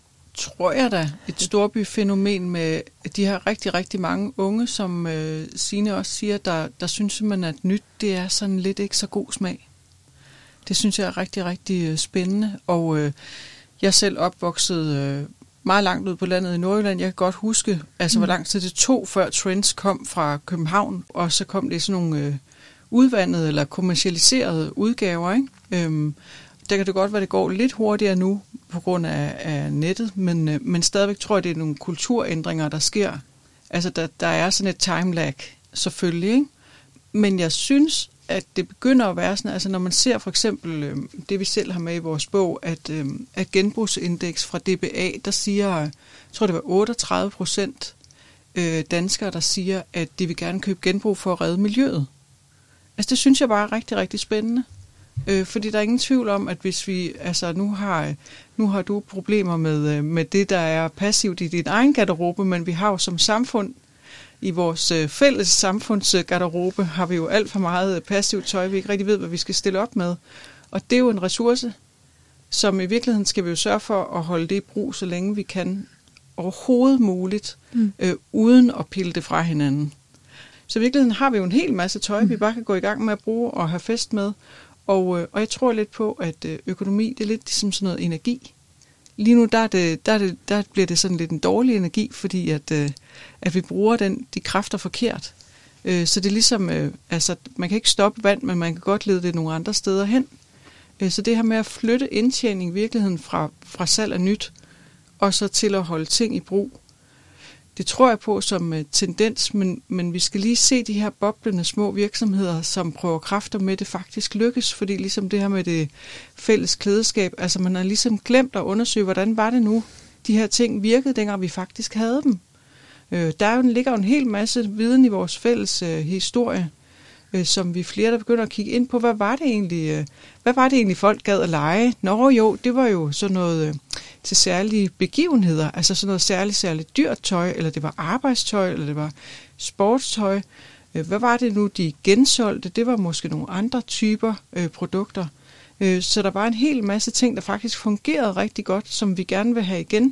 tror jeg da, et storbyfænomen med de her rigtig, rigtig mange unge, som øh, Signe også siger, der, der synes simpelthen, at nyt, det er sådan lidt ikke så god smag. Det synes jeg er rigtig, rigtig øh, spændende, og øh, jeg er selv opvokset øh, meget langt ud på landet i Nordjylland. Jeg kan godt huske, altså, mm. hvor lang tid det tog, før trends kom fra København, og så kom det i sådan nogle øh, udvandede eller kommercialiserede udgaver, ikke? Øhm, der kan det godt være, det går lidt hurtigere nu på grund af, af nettet, men, øh, men stadigvæk tror jeg, det er nogle kulturændringer, der sker. Altså, der, der er sådan et time lag, selvfølgelig, ikke? Men jeg synes, at det begynder at være sådan, altså når man ser for eksempel øh, det, vi selv har med i vores bog, at, øh, at genbrugsindeks fra D B A, der siger, jeg tror det var otteogtredive procent øh, danskere, der siger, at de vil gerne købe genbrug for at redde miljøet. Altså det synes jeg bare er rigtig, rigtig spændende. Øh, fordi der er ingen tvivl om, at hvis vi, altså nu har, nu har du problemer med, med det, der er passivt i din egen garderobe, men vi har jo som samfund, i vores øh, fælles samfundsgarderobe, har vi jo alt for meget passivt tøj, vi ikke rigtig ved, hvad vi skal stille op med. Og det er jo en ressource, som i virkeligheden skal vi jo sørge for at holde det i brug, så længe vi kan overhovedet muligt, mm. øh, uden at pille det fra hinanden. Så i virkeligheden har vi jo en hel masse tøj, mm. vi bare kan gå i gang med at bruge og have fest med. Og, øh, og jeg tror lidt på, at øh, økonomi, det er lidt ligesom sådan noget energi. Lige nu, der, er det, der, er det, der bliver det sådan lidt en dårlig energi, fordi at, øh, at vi bruger den, de kræfter forkert. Øh, så det er ligesom, øh, altså man kan ikke stoppe vand, men man kan godt lede det nogle andre steder hen. Øh, så det her med at flytte indtjening i virkeligheden fra, fra salg af nyt, og så til at holde ting i brug, det tror jeg på som uh, tendens, men, men vi skal lige se de her boblende små virksomheder, som prøver kræfter med, det faktisk lykkes, fordi ligesom det her med det fælles klædeskab, altså man har ligesom glemt at undersøge, hvordan var det nu, de her ting virkede, dengang vi faktisk havde dem. Øh, der er jo, ligger jo en hel masse viden i vores fælles øh, historie, øh, som vi flere, der begynder at kigge ind på, hvad var det egentlig, øh, hvad var det egentlig folk gad at lege? Nå jo, det var jo sådan noget... Øh, til særlige begivenheder, altså sådan noget særligt, særligt dyrt tøj, eller det var arbejdstøj, eller det var sportstøj. Hvad var det nu, de gensolgte? Det var måske nogle andre typer øh, produkter. Øh, så der var en hel masse ting, der faktisk fungerede rigtig godt, som vi gerne vil have igen.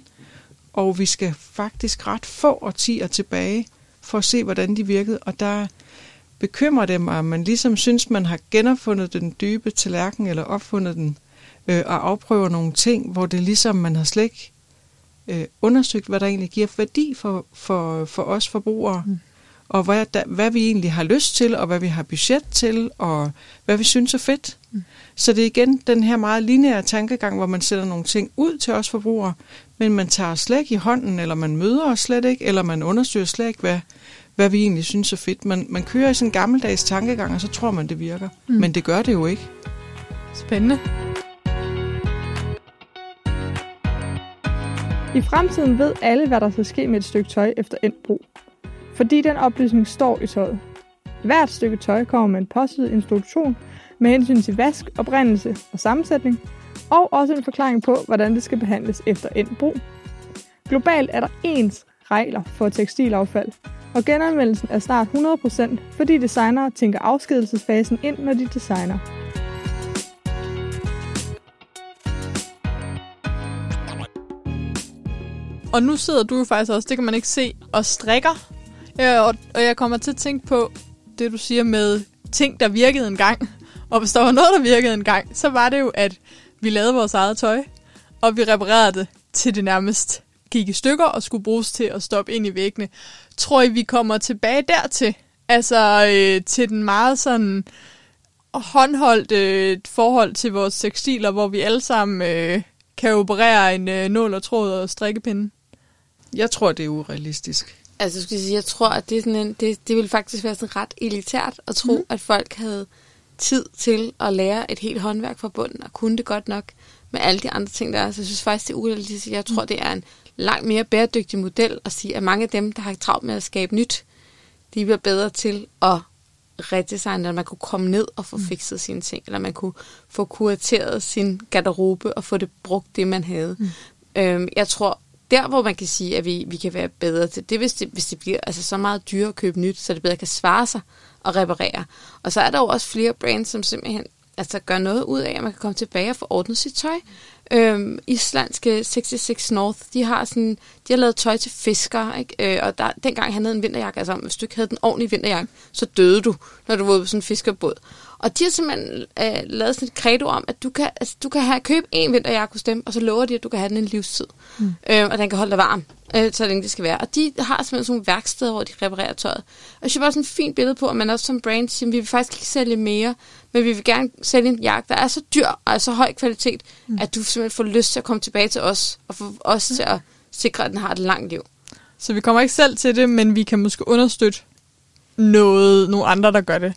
Og vi skal faktisk ret få årtier tilbage, for at se, hvordan de virkede. Og der bekymrer det mig, at man ligesom synes, man har genopfundet den dybe tallerken, eller opfundet den, og afprøver nogle ting, hvor det ligesom, man har slet ikke øh, undersøgt, hvad der egentlig giver værdi for, for, for os forbrugere, mm. og hvad, der, hvad vi egentlig har lyst til, og hvad vi har budget til, og hvad vi synes er fedt. Mm. Så det er igen den her meget lineære tankegang, hvor man sætter nogle ting ud til os forbrugere, men man tager slet ikke i hånden, eller man møder os slet ikke, eller man undersøger slet ikke, hvad, hvad vi egentlig synes er fedt. Man, man kører i sådan en gammeldags tankegang, og så tror man, det virker. Mm. Men det gør det jo ikke. Spændende. I fremtiden ved alle, hvad der skal ske med et stykke tøj efter endt brug. Fordi den oplysning står i tøjet. Hvert stykke tøj kommer med en påsyet instruktion med hensyn til vask, oprindelse og sammensætning, og også en forklaring på, hvordan det skal behandles efter endt brug. Globalt er der ens regler for tekstilaffald, og genanvendelsen er snart hundrede procent, fordi designere tænker afskedelsesfasen ind, når de designer. Og nu sidder du jo faktisk også, det kan man ikke se, og strikker. Og jeg kommer til at tænke på det, du siger med ting, der virkede en gang. Og hvis der var noget, der virkede en gang, så var det jo, at vi lavede vores eget tøj, og vi reparerede det til det nærmest gik i stykker og skulle bruges til at stoppe ind i væggene. Tror I, vi kommer tilbage dertil? Altså øh, til den meget sådan håndholdt øh, forhold til vores tekstiler, hvor vi alle sammen øh, kan operere en øh, nål og tråd og strikkepinde? Jeg tror, det er urealistisk. Altså, skal jeg sige, jeg tror, at det, er sådan en, det, det ville faktisk være sådan ret elitært at tro, mm. at folk havde tid til at lære et helt håndværk fra bunden, og kunne det godt nok med alle de andre ting, der er. Så jeg synes faktisk, det er urealistisk. Jeg tror, mm. det er en langt mere bæredygtig model at sige, at mange af dem, der har travlt med at skabe nyt, de bliver bedre til at redesignet, eller man kunne komme ned og få fikset sine ting, eller man kunne få kurateret sin garderobe og få det brugt, det man havde. Mm. Øhm, jeg tror, der hvor man kan sige, at vi, vi kan være bedre til, det er, hvis det, hvis det bliver altså, så meget dyrere at købe nyt, så det bedre kan svare sig og reparere. Og så er der jo også flere brands, som simpelthen altså, gør noget ud af, at man kan komme tilbage og få ordnet sit tøj. Øhm, islandske seksogtres North, de har sådan, de har lavet tøj til fiskere, ikke? Øh, og der, dengang han havde en vinterjakke, altså hvis du ikke havde den ordentlige vinterjakke, så døde du, når du var ude på sådan en fiskerbåd. Og de har simpelthen øh, lavet sådan et credo om, at du kan, altså, du kan have, købe en vinterjakke hos dem, og så lover de, at du kan have den en livstid. Mm. Øh, og den kan holde dig varm, øh, så længe det skal være. Og de har simpelthen sådan nogle værksteder, hvor de reparerer tøjet. Og jeg synes bare sådan et fint billede på, at man også som brand siger, at vi vil faktisk ikke sælge mere, men vi vil gerne sælge en jakke, der er så dyr og er så høj kvalitet, mm. at du simpelthen får lyst til at komme tilbage til os, og få os til at sikre, at den har et langt liv. Så vi kommer ikke selv til det, men vi kan måske understøtte noget, nogle andre, der gør det.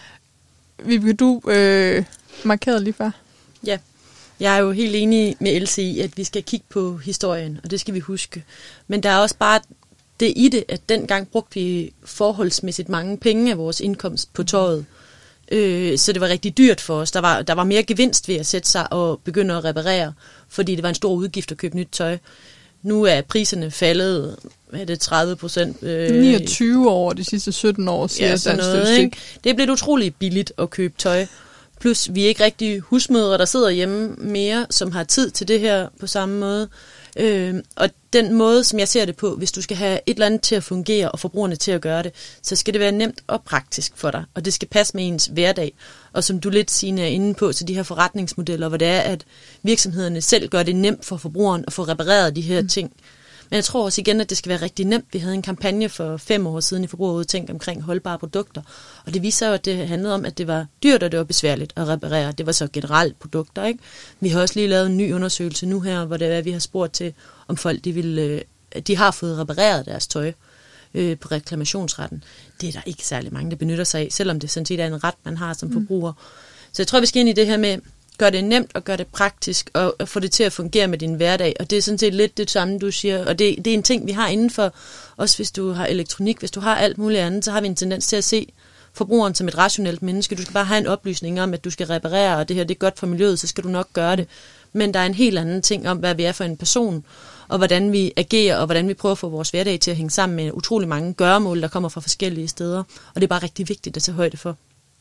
Vibeke, du øh, markerede lige før. Ja, jeg er jo helt enig med Else i, at vi skal kigge på historien, og det skal vi huske. Men der er også bare det i det, at dengang brugte vi forholdsmæssigt mange penge af vores indkomst på tøjet. Øh, så det var rigtig dyrt for os. Der var, der var mere gevinst ved at sætte sig og begynde at reparere, fordi det var en stor udgift at købe nyt tøj. Nu er priserne faldet, hvad er det, tredive procent? Øh, niogtyve over de sidste sytten år, siger ja, sådan noget, ikke? Det er blevet utroligt billigt at købe tøj. Plus, vi er ikke rigtig husmødre, der sidder hjemme mere, som har tid til det her på samme måde. Øh, og den måde, som jeg ser det på, hvis du skal have et eller andet til at fungere, og forbrugerne til at gøre det, så skal det være nemt og praktisk for dig, og det skal passe med ens hverdag. Og som du lidt, Signe, er inde på, så de her forretningsmodeller, hvor det er, at virksomhederne selv gør det nemt for forbrugeren at få repareret de her mm. ting. Men jeg tror også igen, at det skal være rigtig nemt. Vi havde en kampagne for fem år siden i Forbrugerudtænk omkring holdbare produkter, og det viser jo, at det handlede om, at det var dyrt, og det var besværligt at reparere. Det var så generelt produkter, ikke? Vi har også lige lavet en ny undersøgelse nu her, hvor det er, at vi har spurgt til, om folk de vil, de har fået repareret deres tøj øh, på reklamationsretten. Det er der ikke særlig mange, der benytter sig af, selvom det sådan set er en ret, man har som forbruger. Så jeg tror, vi skal ind i det her med, gør det nemt og gør det praktisk, og få det til at fungere med din hverdag. Og det er sådan set lidt det samme, du siger. Og det, det er en ting, vi har inden for, også hvis du har elektronik, hvis du har alt muligt andet, så har vi en tendens til at se forbrugeren som et rationelt menneske. Du skal bare have en oplysning om, at du skal reparere, og det her det er godt for miljøet, så skal du nok gøre det. Men der er en helt anden ting om, hvad vi er for en person, og hvordan vi agerer, og hvordan vi prøver at få vores hverdag til at hænge sammen med utrolig mange gøremål, der kommer fra forskellige steder. Og det er bare rigtig vigtigt at tage højde for.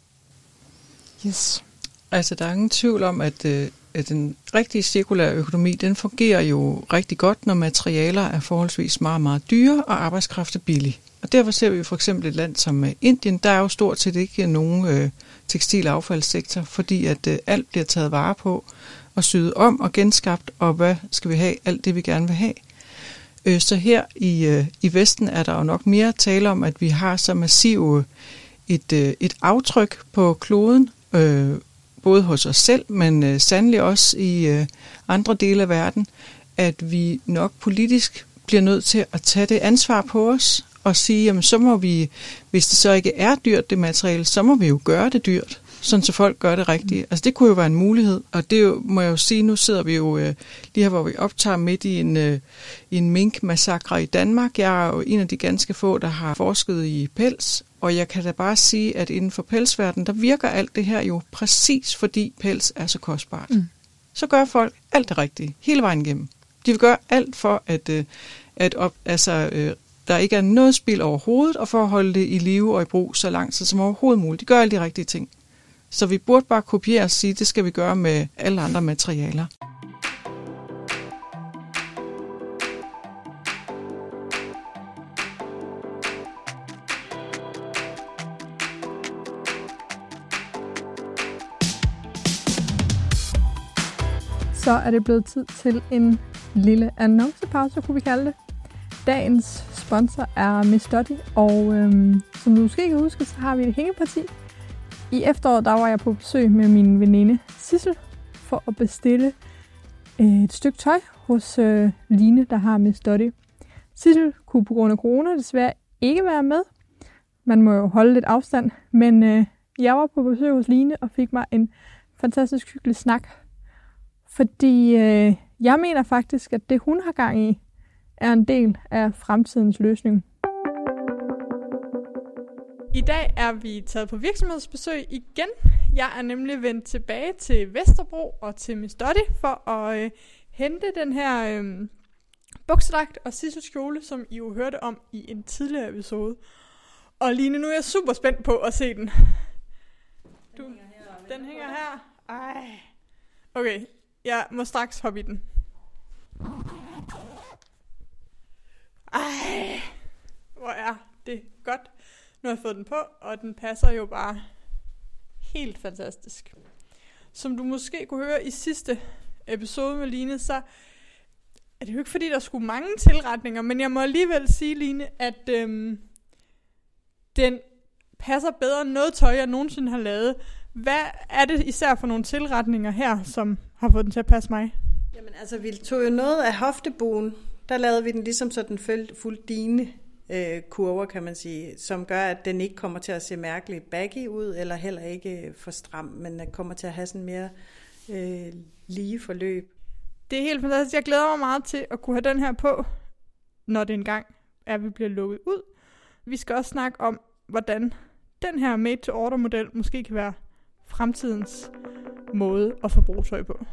Yes. Altså, der er ingen tvivl om, at, øh, at den rigtige cirkulære økonomi, den fungerer jo rigtig godt, når materialer er forholdsvis meget, meget dyre, og arbejdskraft er billig. Og derfor ser vi jo for eksempel et land som Indien, der er jo stort set ikke nogen øh, tekstilaffaldssektor, fordi at øh, alt bliver taget vare på og syet om og genskabt, og hvad skal vi have? Alt det, vi gerne vil have. Øh, så her i, øh, i Vesten er der jo nok mere tale om, at vi har så massivt et, øh, et aftryk på kloden, øh, både hos os selv, men øh, sandelig også i øh, andre dele af verden, at vi nok politisk bliver nødt til at tage det ansvar på os og sige, jamen så må vi, hvis det så ikke er dyrt, det materiale, så må vi jo gøre det dyrt, sådan så folk gør det rigtigt. Altså det kunne jo være en mulighed, og det jo, må jeg jo sige, nu sidder vi jo øh, lige her, hvor vi optager midt i en, øh, i en minkmassakre i Danmark. Jeg er jo en af de ganske få, der har forsket i pels, og jeg kan da bare sige, at inden for pelsverdenen, der virker alt det her jo præcis, fordi pels er så kostbart. Mm. Så gør folk alt det rigtige, hele vejen igennem. De vil gøre alt for, at, øh, at op, altså, øh, der ikke er noget spild overhovedet, og for at holde det i live og i brug så lang tid som overhovedet muligt. De gør alle de rigtige ting. Så vi burde bare kopiere og sige, at det skal vi gøre med alle andre materialer. Så er det blevet tid til en lille annoncepause, kunne vi kalde det. Dagens sponsor er Miss Doty, og øhm, som du måske kan huske, så har vi et hængeparti. I efteråret der var jeg på besøg med min veninde Sissel for at bestille øh, et stykke tøj hos øh, Line, der har Miss Doty. Sissel kunne på grund af corona desværre ikke være med. Man må jo holde lidt afstand, men øh, jeg var på besøg hos Line og fik mig en fantastisk hyggelig snak. Fordi øh, jeg mener faktisk, at det hun har gang i, er en del af fremtidens løsning. I dag er vi taget på virksomhedsbesøg igen. Jeg er nemlig vendt tilbage til Vesterbro og til Mistoddy for at øh, hente den her øh, buksedragt og sisselskjole, som I jo hørte om i en tidligere episode. Og Line, nu er jeg super spændt på at se den. Du, den hænger her. Den hænger her. Ej. Okay, jeg må straks hoppe i den. Ej, hvor er det godt. Nu har jeg fået den på, og den passer jo bare helt fantastisk. Som du måske kunne høre i sidste episode med Line, så er det jo ikke fordi, der skulle mange tilretninger, men jeg må alligevel sige, Line, at øhm, den passer bedre end noget tøj, jeg nogensinde har lavet. Hvad er det især for nogle tilretninger her, som har fået den til at passe mig? Jamen altså, vi tog jo noget af hoftebuen. Der lavede vi den ligesom så den fuldt dine øh, kurver, kan man sige, som gør, at den ikke kommer til at se mærkeligt baggy ud, eller heller ikke for stram, men den kommer til at have sådan mere øh, lige forløb. Det er helt fantastisk. Jeg glæder mig meget til at kunne have den her på, når det engang er, vi bliver lukket ud. Vi skal også snakke om, hvordan den her made-to-order-model måske kan være fremtidens måde at forbruge tøj på.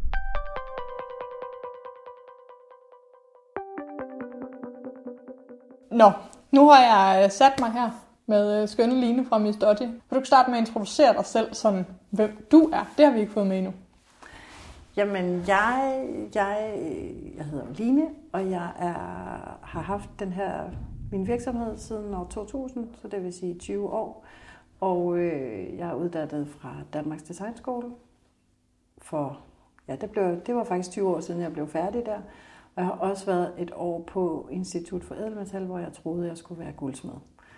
Nå, nu har jeg sat mig her med skønne Line fra Mistoddy. Vil du ikke starte med at introducere dig selv, sådan hvem du er? Det har vi ikke fået med endnu. Jamen, jeg, jeg, jeg hedder Line, og jeg er, har haft den her, min virksomhed siden år to tusind, så det vil sige tyve år. Og øh, jeg er uddannet fra Danmarks Designskole. For, ja, det, blev, det var faktisk tyve år siden, jeg blev færdig der. Og jeg har også været et år på Institut for Ædelmetal, hvor jeg troede, jeg skulle være guldsmed.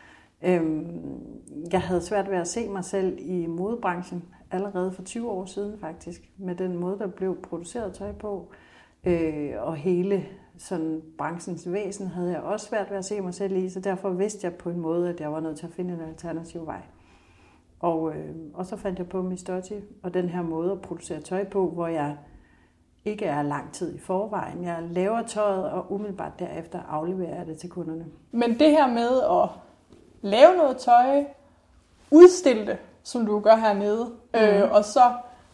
Øhm, jeg havde svært ved at se mig selv i modebranchen allerede for tyve år siden faktisk, med den måde, der blev produceret tøj på. Øh, og hele sådan, branchens væsen havde jeg også svært ved at se mig selv i, så derfor vidste jeg på en måde, at jeg var nødt til at finde en alternativ vej. Og, øh, og så fandt jeg på Mistoddy og den her måde at producere tøj på, hvor jeg ikke er lang tid i forvejen. Jeg laver tøjet, og umiddelbart derefter afleverer jeg det til kunderne. Men det her med at lave noget tøj, udstille det, som du gør hernede, mm. øh, og så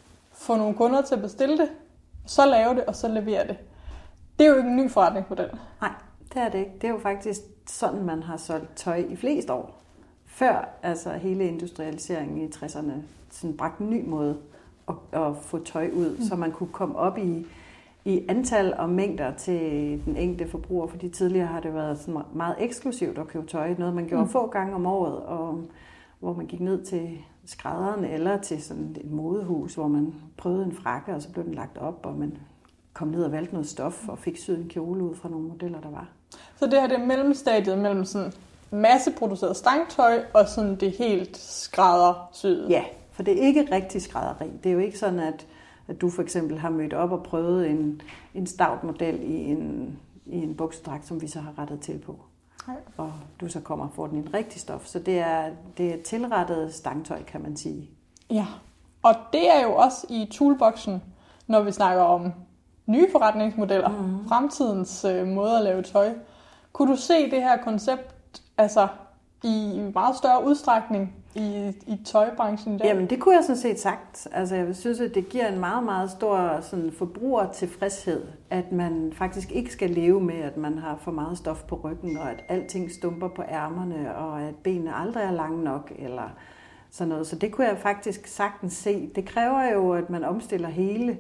få nogle kunder til at bestille det, så lave det, og så levere det. Det er jo ikke en ny forretningsmodel. Nej, det er det ikke. Det er jo faktisk sådan, man har solgt tøj i flest år. Før altså hele industrialiseringen i tresserne sådan bragte en ny måde at, at få tøj ud, mm. så man kunne komme op i, i antal og mængder til den enkelte forbruger, fordi tidligere har det været sådan meget eksklusivt at købe tøj, noget man gjorde mm. få gange om året, og hvor man gik ned til skrædderen eller til sådan et modehus, hvor man prøvede en frakke, og så blev den lagt op, og man kom ned og valgte noget stof og fik syet en kjole ud fra nogle modeller, der var. Så det her det er mellemstadiet mellem sådan masseproduceret stangtøj og sådan det helt skræddersyede? Ja, for det er ikke rigtig skrædderi. Det er jo ikke sådan, at, at du for eksempel har mødt op og prøvet en, en stout model i en, i en buksedragt, som vi så har rettet til på. Okay. Og du så kommer og får den i en rigtig stof. Så det er, det er tilrettet stangtøj, kan man sige. Ja, og det er jo også i toolboxen, når vi snakker om nye forretningsmodeller, mm-hmm. fremtidens øh, måde at lave tøj. Kunne du se det her koncept altså i meget større udstrækning i, i tøjbranchen i dag? Jamen det kunne jeg sådan set sagt. Altså jeg synes, at det giver en meget, meget stor sådan, forbrugertilfredshed, at man faktisk ikke skal leve med, at man har for meget stof på ryggen, og at alting stumper på ærmerne, og at benene aldrig er lange nok, eller sådan noget. Så det kunne jeg faktisk sagtens se. Det kræver jo, at man omstiller hele,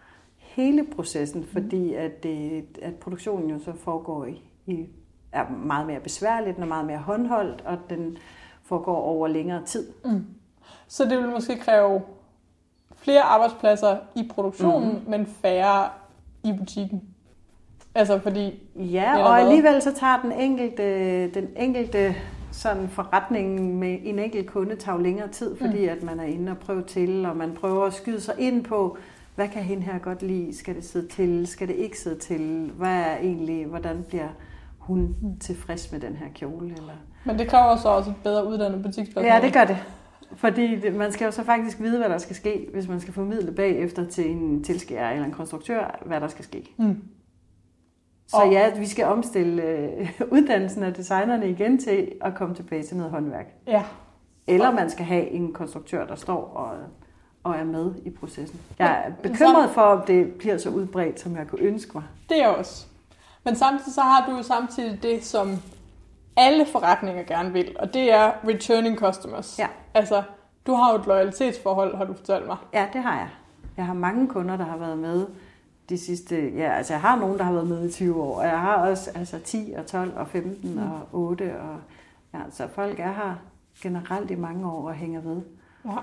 hele processen, fordi at, det, at produktionen jo så foregår i, i er meget mere besværligt og meget mere håndholdt, og den foregår over længere tid. Mm. Så det vil måske kræve flere arbejdspladser i produktionen, mm. men færre i butikken. Altså fordi... Ja, og alligevel så tager den enkelte, den enkelte sådan forretning med en enkelt kunde tager længere tid, fordi mm. at man er inde og prøver til, og man prøver at skyde sig ind på, hvad kan hende her godt lide? Skal det sidde til? Skal det ikke sidde til? Hvad er egentlig, hvordan bliver hun tilfreds med den her kjole? Eller? Men det kræver så også et bedre uddannet butikspersonale. Ja, det gør det. Fordi det, man skal jo så faktisk vide, hvad der skal ske, hvis man skal formidle bagefter til en tilskærer eller en konstruktør, hvad der skal ske. Mm. Så og ja, vi skal omstille øh, uddannelsen af designerne igen til at komme tilbage til noget håndværk. Ja. Eller man skal have en konstruktør, der står og, og er med i processen. Jeg er bekymret for, om det bliver så udbredt, som jeg kunne ønske mig. Det er jeg også. Men samtidig så har du jo samtidig det, som alle forretninger gerne vil, og det er returning customers. Ja. Altså, du har jo et loyalitetsforhold, har du fortalt mig. Ja, det har jeg. Jeg har mange kunder, der har været med de sidste... Ja, altså jeg har nogen, der har været med i tyve år, og jeg har også altså ti og tolv og femten mm. og otte. Og, ja, så folk er her generelt i mange år og hænger ved. Ja.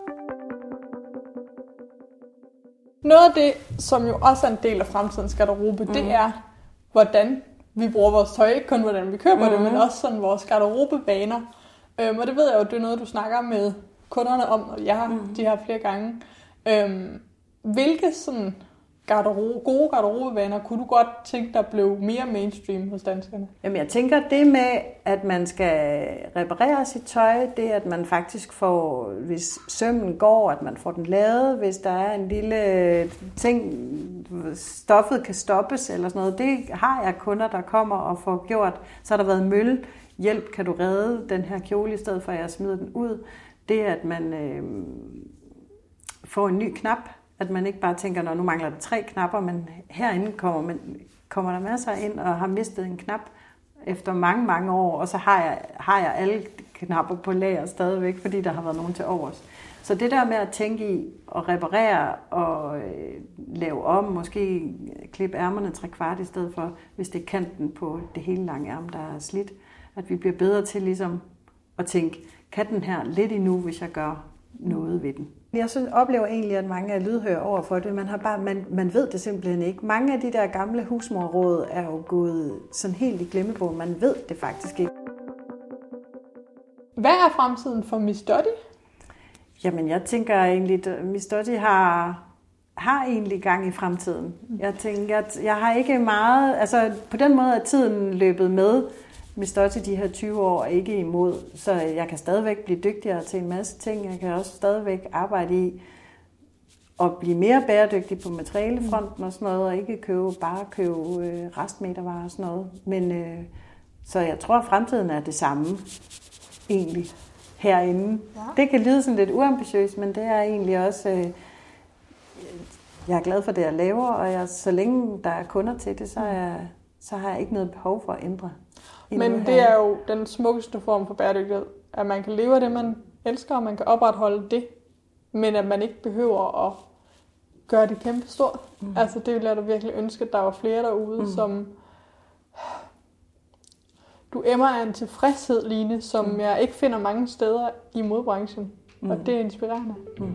Noget af det, som jo også er en del af fremtidens garderobe, mm. det er, hvordan vi bruger vores tøj. Ikke kun hvordan vi køber mm. det, men også sådan vores garderobevaner. Øhm, og det ved jeg jo, det er noget, du snakker med kunderne om, og jeg har mm. de her flere gange. Øhm, hvilke sådan garderobe, gode garderobevaner kunne du godt tænke dig blev mere mainstream hos danskerne? Jamen jeg tænker, det med, at man skal reparere sit tøj, det at man faktisk får, hvis sømmen går, at man får den lavet, hvis der er en lille ting, stoffet kan stoppes eller sådan noget, det har jeg kunder, der kommer og får gjort. Så har der været mølle. Hjælp, kan du redde den her kjole, i stedet for at jeg smider den ud. Det at man øh, får en ny knap, at man ikke bare tænker, når nu mangler der tre knapper, men herinde kommer, man, kommer der masser ind og har mistet en knap efter mange, mange år, og så har jeg, har jeg alle knapper på lager stadigvæk, fordi der har været nogen til overs. Så det der med at tænke i at reparere og øh, lave om, måske klippe ærmerne tre kvart i stedet for, hvis det er kanten på det hele lange ærm, der er slidt, at vi bliver bedre til ligesom at tænke, kan den her lidt endnu, hvis jeg gør noget ved den. Jeg synes, oplever egentlig, at mange er lydhøre over for det. Man, har bare, man, man ved det simpelthen ikke. Mange af de der gamle husmorråd er jo gået sådan helt i glemmebogen. Man ved det faktisk ikke. Hvad er fremtiden for Miss Dotti? Jamen, jeg tænker egentlig, at Miss Dotti har, har egentlig gang i fremtiden. Jeg tænker, at jeg har ikke meget... Altså, på den måde er tiden løbet med Miss Dotti de her tyve år og ikke imod. Så jeg kan stadigvæk blive dygtigere til en masse ting. Jeg kan også stadigvæk arbejde i at blive mere bæredygtig på materialefronten og sådan noget, og ikke købe, bare købe øh, restmetervarer og sådan noget. Men, øh, så jeg tror, at fremtiden er det samme egentlig herinde. Ja. Det kan lyde sådan lidt uambitiøst, men det er egentlig også... Øh, jeg er glad for det, jeg laver, og jeg, så længe der er kunder til det, så, er jeg, så har jeg ikke noget behov for at ændre. Men det er jo den smukkeste form for bæredygtighed, at man kan leve af det, man elsker, og man kan opretholde det, men at man ikke behøver at gøre det kæmpe stort. Mm. Altså det ville jeg da virkelig ønske, at der var flere derude, mm. som... Du emmer af en tilfredshed, Line, som mm. jeg ikke finder mange steder i modbranchen, mm. og det er inspirerende. Mm.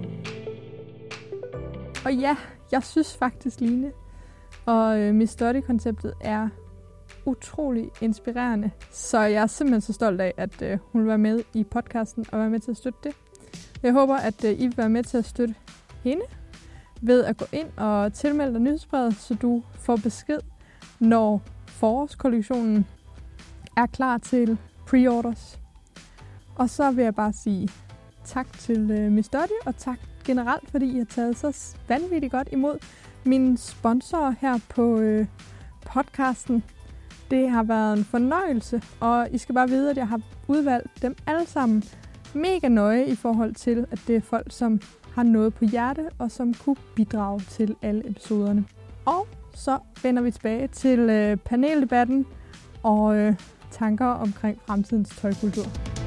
Og ja, jeg synes faktisk, Line, og øh, Miss Dotti-konceptet er utrolig inspirerende. Så jeg er simpelthen så stolt af, at øh, hun vil være med i podcasten og være med til at støtte det. Jeg håber, at øh, I vil være med til at støtte hende ved at gå ind og tilmelde dig nyhedsbrevet, så du får besked, når forårskollektionen er klar til pre-orders. Og så vil jeg bare sige tak til øh, Miss Dotti, og tak generelt, fordi I har taget så vanvittigt godt imod mine sponsorer her på øh, podcasten. Det har været en fornøjelse, og I skal bare vide, at jeg har udvalgt dem alle sammen mega nøje i forhold til, at det er folk, som har noget på hjerte, og som kunne bidrage til alle episoderne. Og så vender vi tilbage til øh, paneldebatten og øh, tanker omkring fremtidens tøjkultur.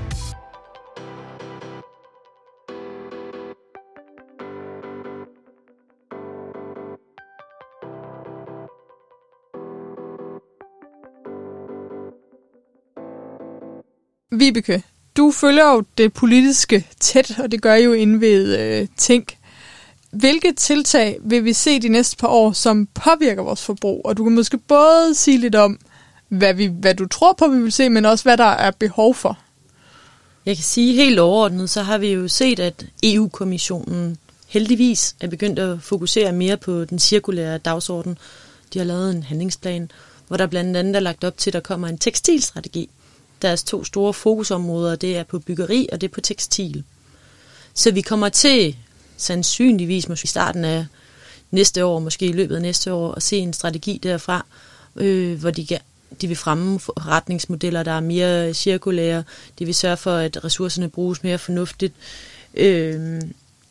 Vibeke, du følger jo det politiske tæt, og det gør I jo inde ved øh, Tænk. Hvilke tiltag vil vi se de næste par år, som påvirker vores forbrug? Og du kan måske både sige lidt om, hvad, vi, hvad du tror på, vi vil se, men også hvad der er behov for. Jeg kan sige helt overordnet, så har vi jo set, at E U-kommissionen heldigvis er begyndt at fokusere mere på den cirkulære dagsorden. De har lavet en handlingsplan, hvor der blandt andet er lagt op til, at der kommer en tekstilstrategi. Deres to store fokusområder, det er på byggeri og det er på tekstil. Så vi kommer til, sandsynligvis måske i starten af næste år, måske i løbet af næste år, at se en strategi derfra, øh, hvor de, de vil fremme forretningsmodeller, der er mere cirkulære. De vil sørge for, at ressourcerne bruges mere fornuftigt. Øh,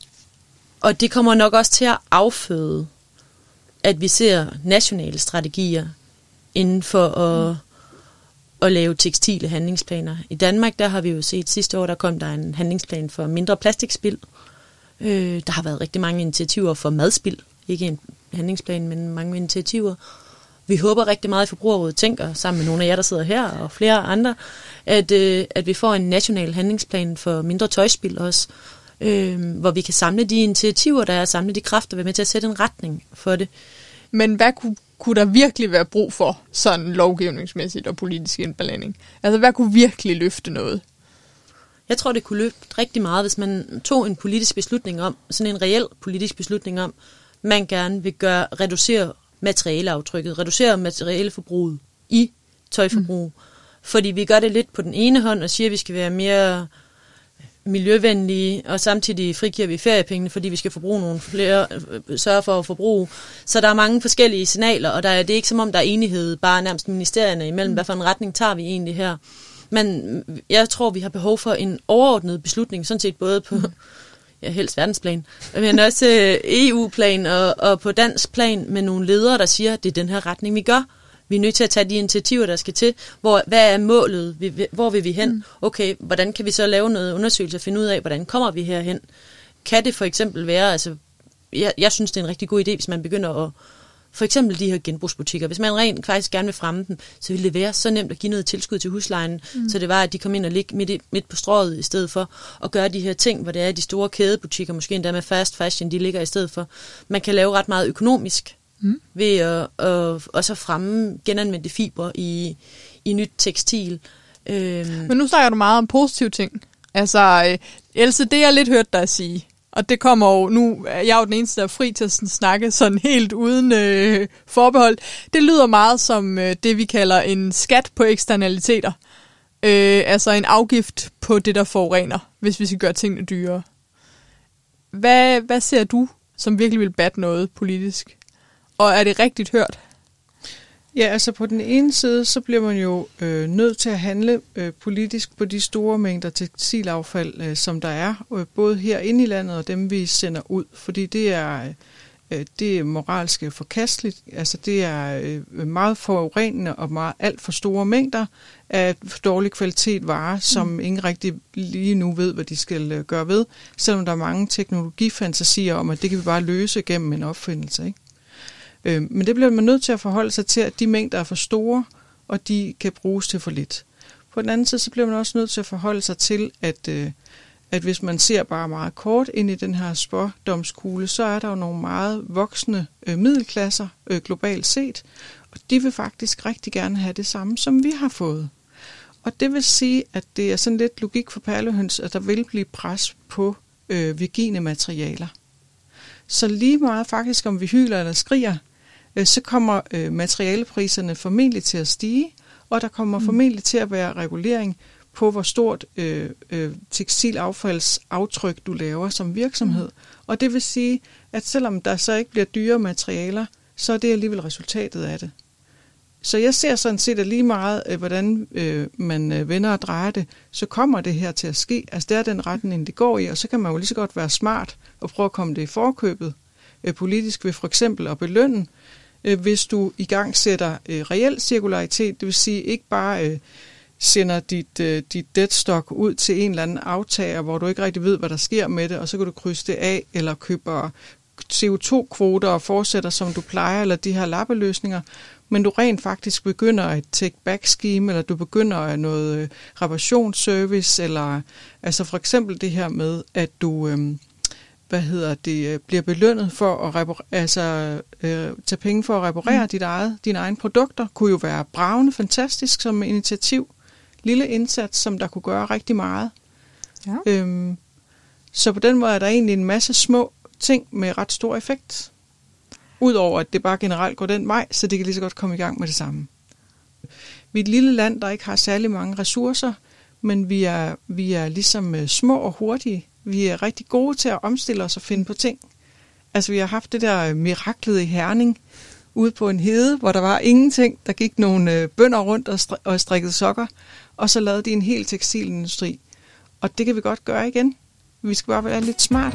og det kommer nok også til at afføde, at vi ser nationale strategier inden for at, at lave tekstile handlingsplaner. I Danmark, der har vi jo set sidste år, der kom der en handlingsplan for mindre plastikspild. Øh, der har været rigtig mange initiativer for madspild. Ikke en handlingsplan, men mange initiativer. Vi håber rigtig meget i Forbrugerrådet Tænker, sammen med nogle af jer, der sidder her, og flere andre, at, øh, at vi får en national handlingsplan for mindre tøjspild også, øh, hvor vi kan samle de initiativer, der er, samle de kræfter, og være med til at sætte en retning for det. Men hvad kunne, kunne der virkelig være brug for, sådan lovgivningsmæssigt og politisk indblanding? Altså, hvad kunne virkelig løfte noget? Jeg tror, det kunne løfte rigtig meget, hvis man tog en politisk beslutning om, sådan en reel politisk beslutning om, man gerne vil gøre, reducere materialeaftrykket, reducere materialeforbruget i tøjforbrug. Mm. Fordi vi gør det lidt på den ene hånd og siger, at vi skal være mere miljøvenlige, og samtidig frigiver vi feriepengene, fordi vi skal forbruge nogle flere, sørge for at forbruge. Så der er mange forskellige signaler, og der er, det er ikke som om, der er enighed bare nærmest ministerierne imellem, mm. hvad for en retning tager vi egentlig her. Men jeg tror, vi har behov for en overordnet beslutning, sådan set både på ja, helst verdensplan, men også E U-plan og, og på dansk plan med nogle ledere, der siger, at det er den her retning, vi gør. Vi er nødt til at tage de initiativer, der skal til. Hvor, hvad er målet? Hvor vil vi hen? Okay, hvordan kan vi så lave noget undersøgelse og finde ud af, hvordan kommer vi herhen? Kan det for eksempel være, altså, jeg, jeg synes, det er en rigtig god idé, hvis man begynder at, for eksempel de her genbrugsbutikker, hvis man rent faktisk gerne vil fremme dem, så ville det være så nemt at give noget tilskud til huslejen, mm. så det var, at de kom ind og ligge midt, i, midt på strøget i stedet for at gøre de her ting, hvor det er de store kædebutikker, måske endda med fast fashion, de ligger i stedet for. Man kan lave ret meget økonomisk mm. ved at og, og så fremme genanvendte fiber i, i nyt tekstil. Øhm. Men nu snakker du meget om positive ting. Altså, Else, det jeg lidt hørt dig sige, og det kommer jo, nu er jeg jo den eneste, der er fri til at snakke sådan helt uden øh, forbehold. Det lyder meget som øh, det, vi kalder en skat på eksternaliteter. Øh, altså en afgift på det, der forurener, hvis vi skal gøre tingene dyrere. Hvad, hvad ser du, som virkelig vil batte noget politisk? Og er det rigtigt hørt? Ja, altså på den ene side, så bliver man jo øh, nødt til at handle øh, politisk på de store mængder tekstilaffald, øh, som der er, øh, både herinde i landet og dem, vi sender ud, fordi det er, øh, det er moralsk forkasteligt, altså det er øh, meget forurenende og meget alt for store mængder af dårlig kvalitet varer, som mm. ingen rigtig lige nu ved, hvad de skal øh, gøre ved, selvom der er mange teknologifantasier om, at det kan vi bare løse gennem en opfindelse, ikke? Men det bliver man nødt til at forholde sig til, at de mængder er for store, og de kan bruges til for lidt. På den anden side, så bliver man også nødt til at forholde sig til, at, at hvis man ser bare meget kort ind i den her spådomskugle, så er der jo nogle meget voksne middelklasser globalt set, og de vil faktisk rigtig gerne have det samme, som vi har fået. Og det vil sige, at det er sådan lidt logik for perlehøns, at der vil blive pres på øh, virgine materialer. Så lige meget faktisk, om vi hyler eller skriger, øh, så kommer øh, materialepriserne formentlig til at stige, og der kommer mm. formentlig til at være regulering på, hvor stort øh, øh, tekstilaffaldsaftryk du laver som virksomhed. Mm. Og det vil sige, at selvom der så ikke bliver dyre materialer, så er det alligevel resultatet af det. Så jeg ser sådan set, at lige meget, øh, hvordan øh, man øh, vender og drejer det, så kommer det her til at ske. Altså det er den retning, det går i, og så kan man jo lige så godt være smart og prøve at komme det i forkøbet øh, politisk ved for eksempel at belønne, øh, hvis du i gang sætter øh, reel cirkularitet, det vil sige ikke bare øh, sender dit, øh, dit deadstock ud til en eller anden aftager, hvor du ikke rigtig ved, hvad der sker med det, og så kan du krydse det af, eller køber C O to kvoter og fortsætter, som du plejer, eller de her lappeløsninger, men du rent faktisk begynder et take-back-scheme, eller du begynder noget reparationsservice, eller altså for eksempel det her med, at du øh, hvad hedder det, bliver belønnet for at repar- altså, øh, tage penge for at reparere mm. dit eget, dine egne produkter, kunne jo være bravende fantastisk som initiativ. Lille indsats, som der kunne gøre rigtig meget. Ja. Øhm, så på den måde er der egentlig en masse små ting med ret stor effekt. Udover at det bare generelt går den vej, så det kan lige så godt komme i gang med det samme. Vi er et lille land, der ikke har særlig mange ressourcer, men vi er, vi er ligesom små og hurtige. Vi er rigtig gode til at omstille os og finde på ting. Altså vi har haft det der miraklet i Herning, ude på en hede, hvor der var ingenting. Der gik nogle øh, bønder rundt og, stri- og strikkede sokker, og så lavede de en hel tekstilindustri. Og det kan vi godt gøre igen. Vi skal bare være lidt smarte.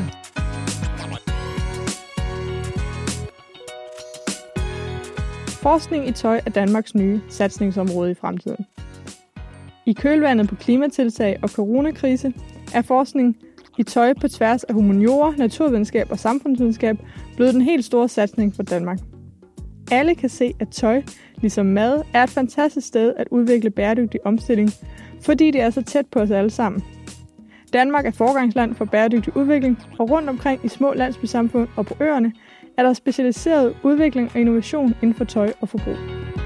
Forskning i tøj er Danmarks nye satsningsområde i fremtiden. I kølvandet på klimatiltag og coronakrise er forskning i tøj på tværs af humaniora, naturvidenskab og samfundsvidenskab blevet den helt store satsning for Danmark. Alle kan se, at tøj, ligesom mad, er et fantastisk sted at udvikle bæredygtig omstilling, fordi det er så tæt på os alle sammen. Danmark er foregangsland for bæredygtig udvikling, og rundt omkring i små landsbysamfund og på øerne er der specialiseret udvikling og innovation inden for tøj og forbrug.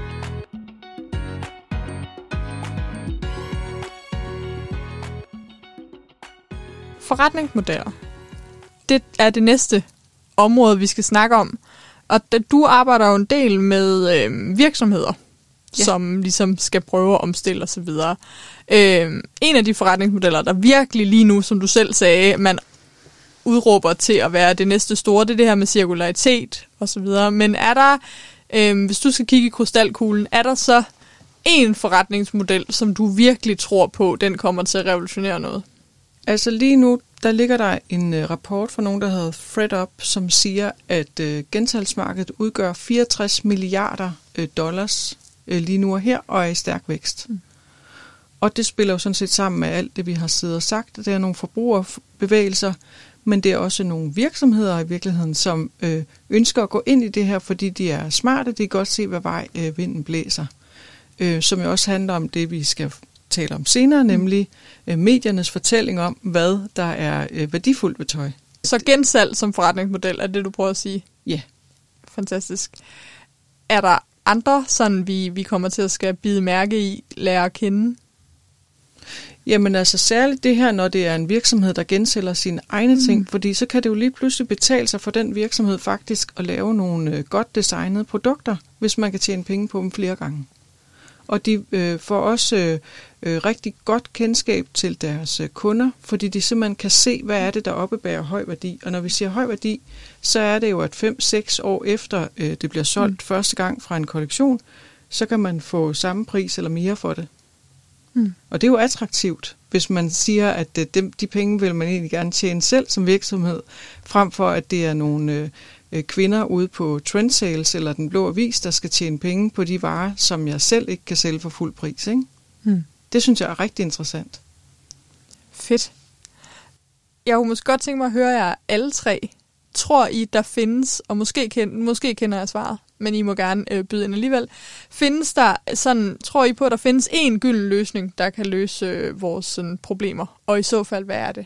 Forretningsmodeller. Det er det næste område, vi skal snakke om. Og du arbejder jo en del med øh, virksomheder, ja. som ligesom skal prøve at omstille osv. Øh, en af de forretningsmodeller, der virkelig lige nu, som du selv sagde, man udråber til at være det næste store, det er det her med cirkularitet osv. Men er der, øh, hvis du skal kigge i krystalkuglen, er der så en forretningsmodel, som du virkelig tror på, den kommer til at revolutionere noget? Altså lige nu, der ligger der en uh, rapport fra nogen, der hedder ThredUp, som siger, at uh, gensalgsmarkedet udgør fireogtres milliarder uh, dollars uh, lige nu og her, og er i stærk vækst. Mm. Og det spiller jo sådan set sammen med alt det, vi har siddet og sagt. Det er nogle forbrugerbevægelser, men det er også nogle virksomheder i virkeligheden, som uh, ønsker at gå ind i det her, fordi de er smarte, de kan godt se, hvad vej uh, vinden blæser. Uh, som jo også handler om det, vi skal tale om senere, nemlig øh, mediernes fortælling om, hvad der er øh, værdifuldt ved tøj. Så gensalg som forretningsmodel er det, du prøver at sige? Ja. Yeah. Fantastisk. Er der andre, sådan vi, vi kommer til at skal bide mærke i, lære at kende? Jamen altså særligt det her, når det er en virksomhed, der gensælger sine egne mm. ting, fordi så kan det jo lige pludselig betale sig for den virksomhed faktisk at lave nogle øh, godt designede produkter, hvis man kan tjene penge på dem flere gange. Og de øh, får også øh, øh, rigtig godt kendskab til deres øh, kunder, fordi de simpelthen kan se, hvad er det, der oppebærer høj værdi. Og når vi siger høj værdi, så er det jo, at fem seks år efter øh, det bliver solgt mm. første gang fra en kollektion, så kan man få samme pris eller mere for det. Mm. Og det er jo attraktivt, hvis man siger, at øh, de, de penge vil man egentlig gerne tjene selv som virksomhed, frem for at det er nogle øh, kvinder ude på Trendsales eller Den Blå Avis, der skal tjene penge på de varer, som jeg selv ikke kan sælge for fuld pris. Ikke? Mm. Det synes jeg er rigtig interessant. Fedt. Jeg kunne måske godt tænke mig at høre jer alle tre. Tror I, der findes, og måske, kend, måske kender jeg svaret, men I må gerne øh, byde ind alligevel. Findes der sådan, tror I på, at der findes én gylden løsning, der kan løse øh, vores sådan, problemer? Og i så fald, hvad er det?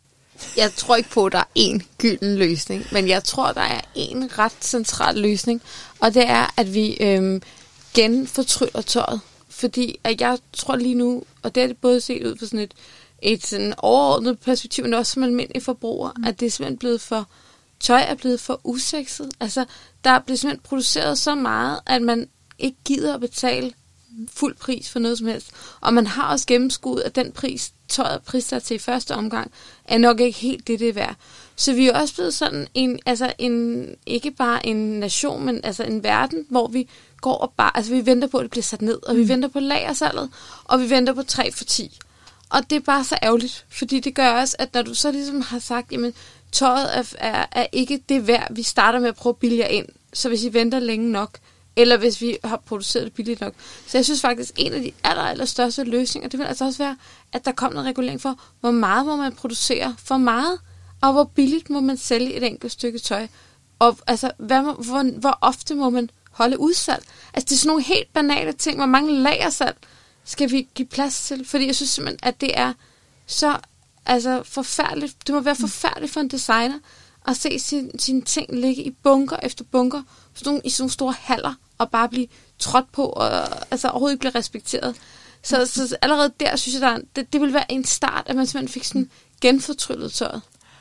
Jeg tror ikke på, at der er én gylden løsning, men jeg tror, der er en ret central løsning, og det er, at vi øhm, genfortryller tøjet. Fordi at jeg tror lige nu, og det er det både set ud fra sådan et, et sådan overordnet perspektiv, men også som almindelig forbruger, mm. at det er simpelthen blevet for, tøj er blevet for usekset. Altså, der er blevet simpelthen produceret så meget, at man ikke gider at betale fuld pris for noget som helst. Og man har også gennemskuet, at den pris, tøjet prissat til i første omgang, er nok ikke helt det, det er værd. Så vi er også blevet sådan en, altså en, ikke bare en nation, men altså en verden, hvor vi går og bare, altså vi venter på, at det bliver sat ned, og vi mm. venter på lagersalget, og vi venter på tre for ti. Og det er bare så ærgerligt, fordi det gør også, at når du så ligesom har sagt, jamen tøjet er, er, er ikke det værd, vi starter med at prøve at billige ind, så hvis I venter længe nok, eller hvis vi har produceret det billigt nok. Så jeg synes faktisk, en af de aller, aller største løsninger, det vil altså også være, at der kommer noget regulering for, hvor meget må man producere for meget, og hvor billigt må man sælge et enkelt stykke tøj. Og altså, hvad må, hvor, hvor ofte må man holde udsalg? Altså, det er sådan nogle helt banale ting, hvor mange lagersalg skal vi give plads til? Fordi jeg synes simpelthen, at det er så altså, forfærdeligt. Det må være forfærdeligt for en designer at se sine sin ting ligge i bunker efter bunker, sådan nogle, i sådan nogle store haller, og bare blive trådt på, og altså overhovedet ikke blive respekteret. Så, så allerede der, synes jeg, der, det, det ville være en start, at man simpelthen fik sådan genfortryllet tøjet.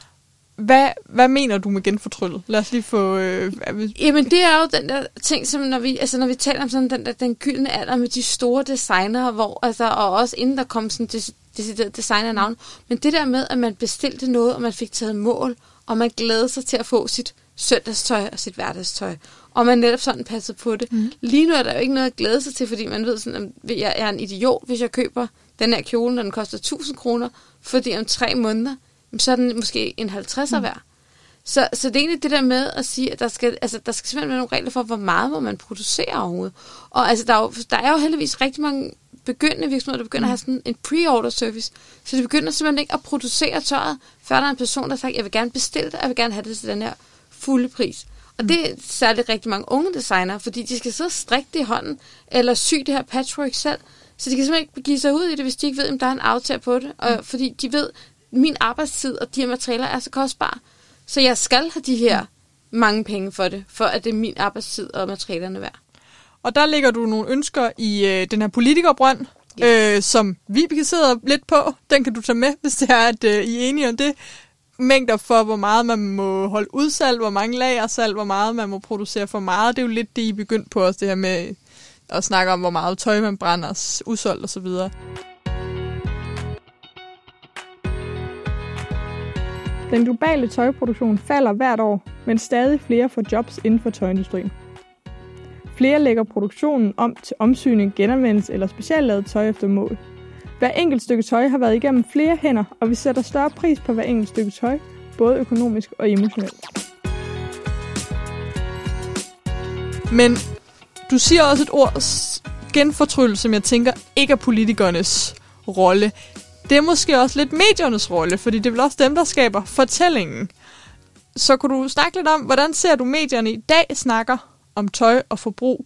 Hvad, hvad mener du med genfortryllet? Lad os lige få... Øh, Jamen, det er jo den der ting, som når vi, altså, når vi taler om sådan den, der, den gyldne alder med de store designere, hvor, altså, og også inden der kom sådan des, decideret designernavn, men det der med, at man bestilte noget, og man fik taget mål, og man glædede sig til at få sit søndagstøj og sit hverdagstøj. og man netop sådan passer på det. Mm. Lige nu er der jo ikke noget at glæde sig til, fordi man ved sådan, at jeg er en idiot, hvis jeg køber den her kjole, når den koster tusind kroner, fordi om tre måneder, så er den måske en halvtredser mm. værd. Så, så det er egentlig det der med at sige, at der skal, altså, der skal simpelthen være nogle regler for, hvor meget må man producere overhovedet. Og altså, der, er jo, der er jo heldigvis rigtig mange begyndende virksomheder, der begynder mm. at have sådan en pre-order service. Så de begynder simpelthen ikke at producere tøjet, før der er en person, der siger, jeg vil gerne bestille det, jeg vil gerne have det til den her fulde pris. Og det er særligt rigtig mange unge designere, fordi de skal sidde og strikke det i hånden, eller sy det her patchwork selv. Så de kan simpelthen ikke give sig ud i det, hvis de ikke ved, om der er en aftale på det. Og mm. fordi de ved, at min arbejdstid og de her materialer er så kostbare. Så jeg skal have de her mm. mange penge for det, for at det er min arbejdstid og materialerne værd. Og der ligger du nogle ønsker i øh, den her politikerbrønd, yes. øh, som vi sidder lidt på. Den kan du tage med, hvis det er, at øh, I er enige om det. Mængder for, hvor meget man må holde udsalg, hvor mange lagersalg, hvor meget man må producere for meget. Det er jo lidt det, I er begyndt på også, det her med at snakke om, hvor meget tøj man brænder, udsolgt osv. Den globale tøjproduktion falder hvert år, men stadig flere får jobs inden for tøjindustrien. Flere lægger produktionen om til omsyning, genanvendelse eller speciallavet tøj efter mål. Hver enkelt stykke tøj har været igennem flere hænder, og vi sætter større pris på hver enkelt stykke tøj, både økonomisk og emotionelt. Men du siger også et ord, genfortryllelse, som jeg tænker ikke er politikernes rolle. Det er måske også lidt mediernes rolle, fordi det er vel også dem, der skaber fortællingen. Så kunne du snakke lidt om, hvordan ser du medierne i dag snakker om tøj og forbrug,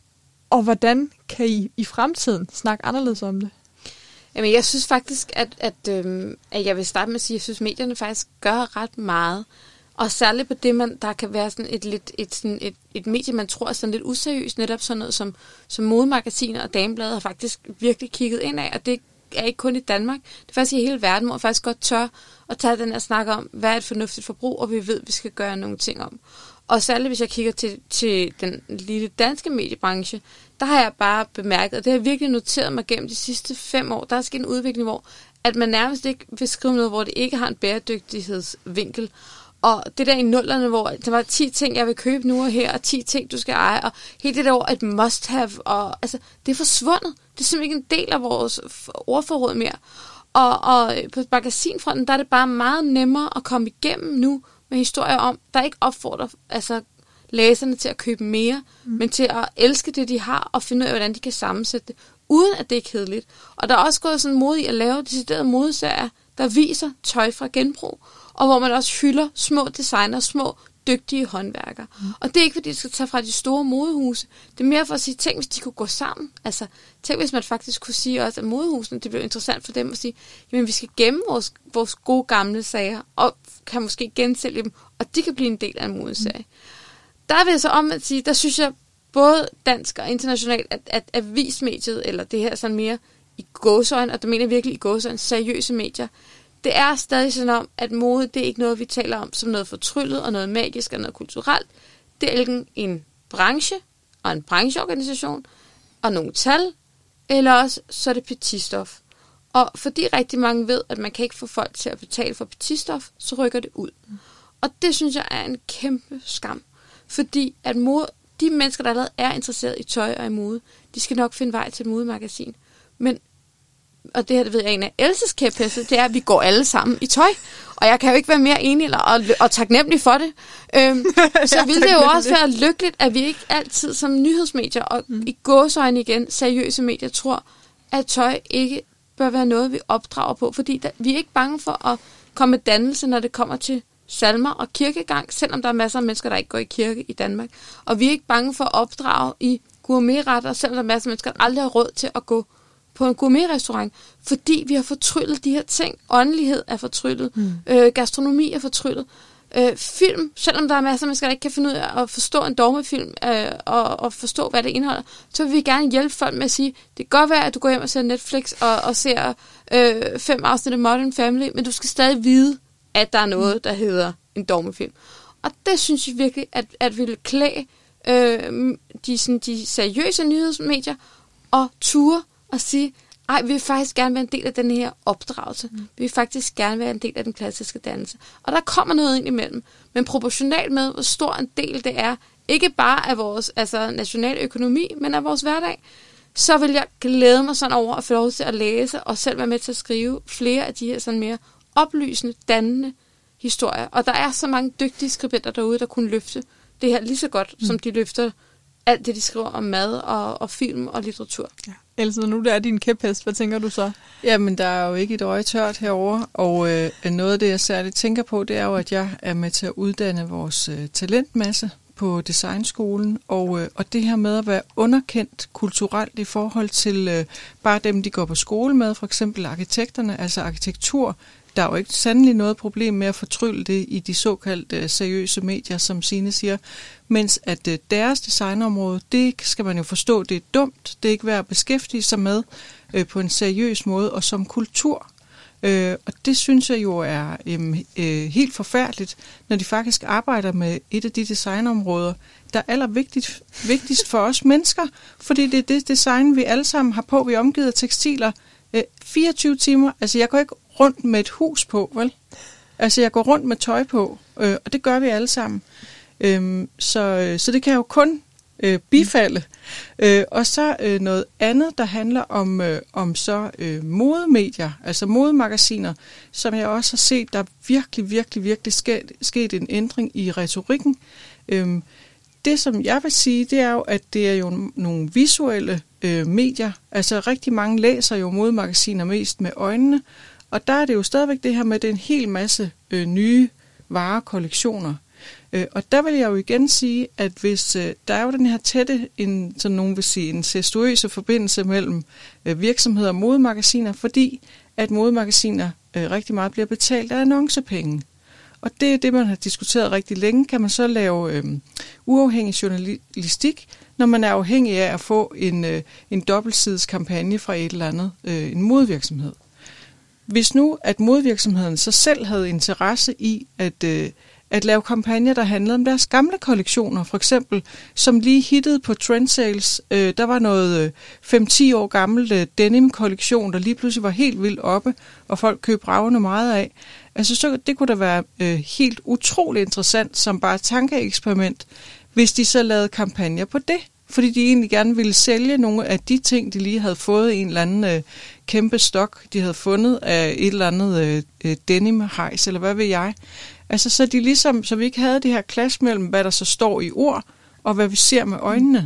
og hvordan kan I i fremtiden snakke anderledes om det? Jamen, jeg synes faktisk, at, at, øhm, at jeg vil starte med at sige, at jeg synes, at medierne faktisk gør ret meget. Og særligt på det, man, der kan være sådan et, lidt, et, sådan et, et medie, man tror er sådan lidt useriøst. Netop sådan noget som, som modemagasiner og damebladet har faktisk virkelig kigget ind af. Og det er ikke kun i Danmark. Det er faktisk i hele verden, hvor man faktisk godt tør at tage den her snak om, hvad er et fornuftigt forbrug, og vi ved, at vi skal gøre nogle ting om. Og særligt hvis jeg kigger til, til den lille danske mediebranche, der har jeg bare bemærket, og det har jeg virkelig noteret mig gennem de sidste fem år, der er sket en udvikling, hvor at man nærmest ikke vil skrive noget, hvor det ikke har en bæredygtighedsvinkel. Og det der i nullerne, hvor der var ti ting, jeg vil købe nu og her, og ti ting, du skal eje, og helt det der over et must have, og altså, det er forsvundet. Det er simpelthen ikke en del af vores ordforråd mere. Og, og på magasinfronten, der er det bare meget nemmere at komme igennem nu med historier om, der ikke opfordrer altså, læserne til at købe mere, mm. men til at elske det, de har, og finde ud af, hvordan de kan sammensætte det, uden at det er kedeligt. Og der er også gået sådan mod i at lave deciderede modeserier, der viser tøj fra genbrug, og hvor man også hylder små designer, små dygtige håndværkere. Mm. Og det er ikke, fordi de skal tage fra de store modehuse. Det er mere for at sige, tænk, hvis de kunne gå sammen. Altså, tænk, hvis man faktisk kunne sige også, at modehusene, det bliver interessant for dem at sige, jamen, vi skal gemme vores, vores gode gamle sager, og kan måske gensælge dem, og de kan blive en del af en modeserie. Mm. Der vil jeg så om at sige, der synes jeg, både dansk og internationalt, at, at avismediet, eller det her sådan mere i gåseøjne, og der mener jeg virkelig i gåseøjne, seriøse medier, det er stadig sådan om, at mode, det er ikke noget, vi taler om som noget fortryllet og noget magisk og noget kulturelt. Det er enten en branche og en brancheorganisation og nogle tal, eller også så er det petitstof. Og fordi rigtig mange ved, at man kan ikke få folk til at betale for petitstof, så rykker det ud. Og det synes jeg er en kæmpe skam. Fordi at mode, de mennesker, der allerede er interesseret i tøj og i mode, de skal nok finde vej til et modemagasin. Men og det her, det ved jeg, en af Elses kæpheste, det er, at vi går alle sammen i tøj. Og jeg kan jo ikke være mere enig eller, og, og taknemmelig for det. Øhm, så ja, ville det jo også være lykkeligt, at vi ikke altid som nyhedsmedier og mm. i gåseøjne igen, seriøse medier, tror, at tøj ikke bør være noget, vi opdrager på. Fordi der, vi er ikke bange for at komme med dannelse, når det kommer til salmer og kirkegang, selvom der er masser af mennesker, der ikke går i kirke i Danmark. Og vi er ikke bange for at opdrage i gourmetretter, selvom der er masser af mennesker, der aldrig har råd til at gå på en gourmetrestaurant, fordi vi har fortryllet de her ting. Åndelighed er fortryllet. Mm. Øh, gastronomi er fortryllet. Øh, film, selvom der er masser af mennesker, der ikke kan finde ud af at forstå en dogmefilm øh, og, og forstå, hvad det indeholder, så vil vi gerne hjælpe folk med at sige, det kan godt være, at du går hjem og ser Netflix og, og ser øh, fem afsnit af Modern Family, men du skal stadig vide, at der er noget, der hedder en dogmefilm. Og det synes jeg virkelig, at, at vi vil klæde øh, de, sådan, de seriøse nyhedsmedier og ture og sige, ej, vi vil faktisk gerne være en del af den her opdragelse. Mm. Vi vil faktisk gerne være en del af den klassiske dannelse. Og der kommer noget ind imellem. Men proportionalt med, hvor stor en del det er, ikke bare af vores altså, nationale økonomi, men af vores hverdag, så vil jeg glæde mig sådan over at få lov til at læse og selv være med til at skrive flere af de her sådan mere oplysende, dannende historier. Og der er så mange dygtige skribenter derude, der kunne løfte det her lige så godt, mm. som de løfter alt det, de skriver om mad og, og film og litteratur. Ja. Else, når nu det er din kæphest, hvad tænker du så? Jamen, der er jo ikke et øje tørt herovre, og øh, noget af det, jeg særligt tænker på, det er jo, at jeg er med til at uddanne vores øh, talentmasse på designskolen, og, øh, og det her med at være underkendt kulturelt i forhold til øh, bare dem, de går på skole med, for eksempel arkitekterne, altså arkitektur. Der er jo ikke sandelig noget problem med at fortrylle det i de såkaldte øh, seriøse medier, som Signe siger, mens at øh, deres designområde, det skal man jo forstå, det er dumt, det er ikke værd at beskæftige sig med øh, på en seriøs måde og som kultur. Øh, og det synes jeg jo er øh, øh, helt forfærdeligt, når de faktisk arbejder med et af de designområder, der er allervigtigst vigtigst for os mennesker, fordi det er det design, vi alle sammen har på, vi er omgivet af tekstiler øh, fireogtyve timer. Altså jeg går ikke rundt med et hus på, vel? Altså jeg går rundt med tøj på, øh, og det gør vi alle sammen. Øh, så, så det kan jo kun øh, bifalde. Øh, og så øh, noget andet, der handler om, øh, om så øh, modemedier, altså modemagasiner, som jeg også har set, der er virkelig, virkelig, virkelig sket, sket en ændring i retorikken. Øh, det, som jeg vil sige, det er jo, at det er jo nogle visuelle øh, medier. Altså rigtig mange læser jo modemagasiner mest med øjnene, og der er det jo stadigvæk det her med, at det er en hel masse øh, nye varekollektioner. Øh, og der vil jeg jo igen sige, at hvis øh, der er jo den her tætte, en, som nogen vil sige, en incestuøse forbindelse mellem øh, virksomheder og modemagasiner, fordi at modemagasiner øh, rigtig meget bliver betalt af annoncepenge. Og det er det, man har diskuteret rigtig længe. Kan man så lave øh, uafhængig journalistik, når man er afhængig af at få en, øh, en dobbeltsides kampagne fra et eller andet, øh, en modvirksomhed. Hvis nu, at modvirksomheden så selv havde interesse i at, øh, at lave kampagner, der handlede om deres gamle kollektioner, for eksempel, som lige hittede på trendsales. Øh, der var noget øh, fem til ti år gammel øh, denim-kollektion, der lige pludselig var helt vildt oppe, og folk købte ragende meget af. Altså, så det kunne da være øh, helt utroligt interessant, som bare et tankeeksperiment, hvis de så lavede kampagner på det. Fordi de egentlig gerne ville sælge nogle af de ting, de lige havde fået i en eller anden øh, kæmpe stok, de havde fundet af et eller andet øh, denim-hejs, eller hvad ved jeg. Altså, så de ligesom, så vi ikke havde det her clash mellem, hvad der så står i ord, og hvad vi ser med øjnene.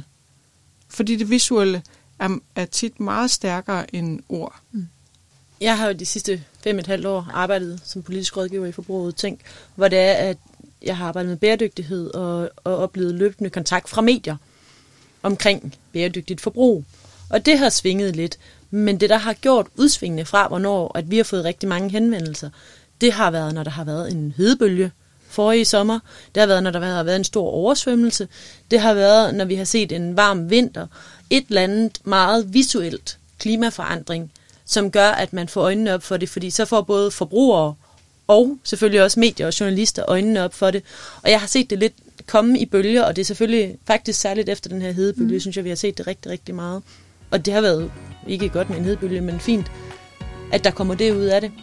Fordi det visuelle er, er tit meget stærkere end ord. Mm. Jeg har jo de sidste fem og et halvt år arbejdet som politisk rådgiver i Forbrugerrådet Tænk, hvor det er, at jeg har arbejdet med bæredygtighed og, og oplevet løbende kontakt fra medier omkring bæredygtigt forbrug. Og det har svinget lidt. Men det, der har gjort udsvingende fra, hvornår at vi har fået rigtig mange henvendelser, det har været, når der har været en hedebølge forrige sommer. Det har været, når der har været en stor oversvømmelse. Det har været, når vi har set en varm vinter. Et eller andet meget visuelt klimaforandring, som gør, at man får øjnene op for det, fordi så får både forbrugere og selvfølgelig også medier og journalister øjnene op for det. Og jeg har set det lidt komme i bølger, og det er selvfølgelig faktisk særligt efter den her hedebølge, mm. synes jeg, vi har set det rigtig, rigtig meget. Og det har været ikke godt med en hedebølge, men fint, at der kommer det ud af det.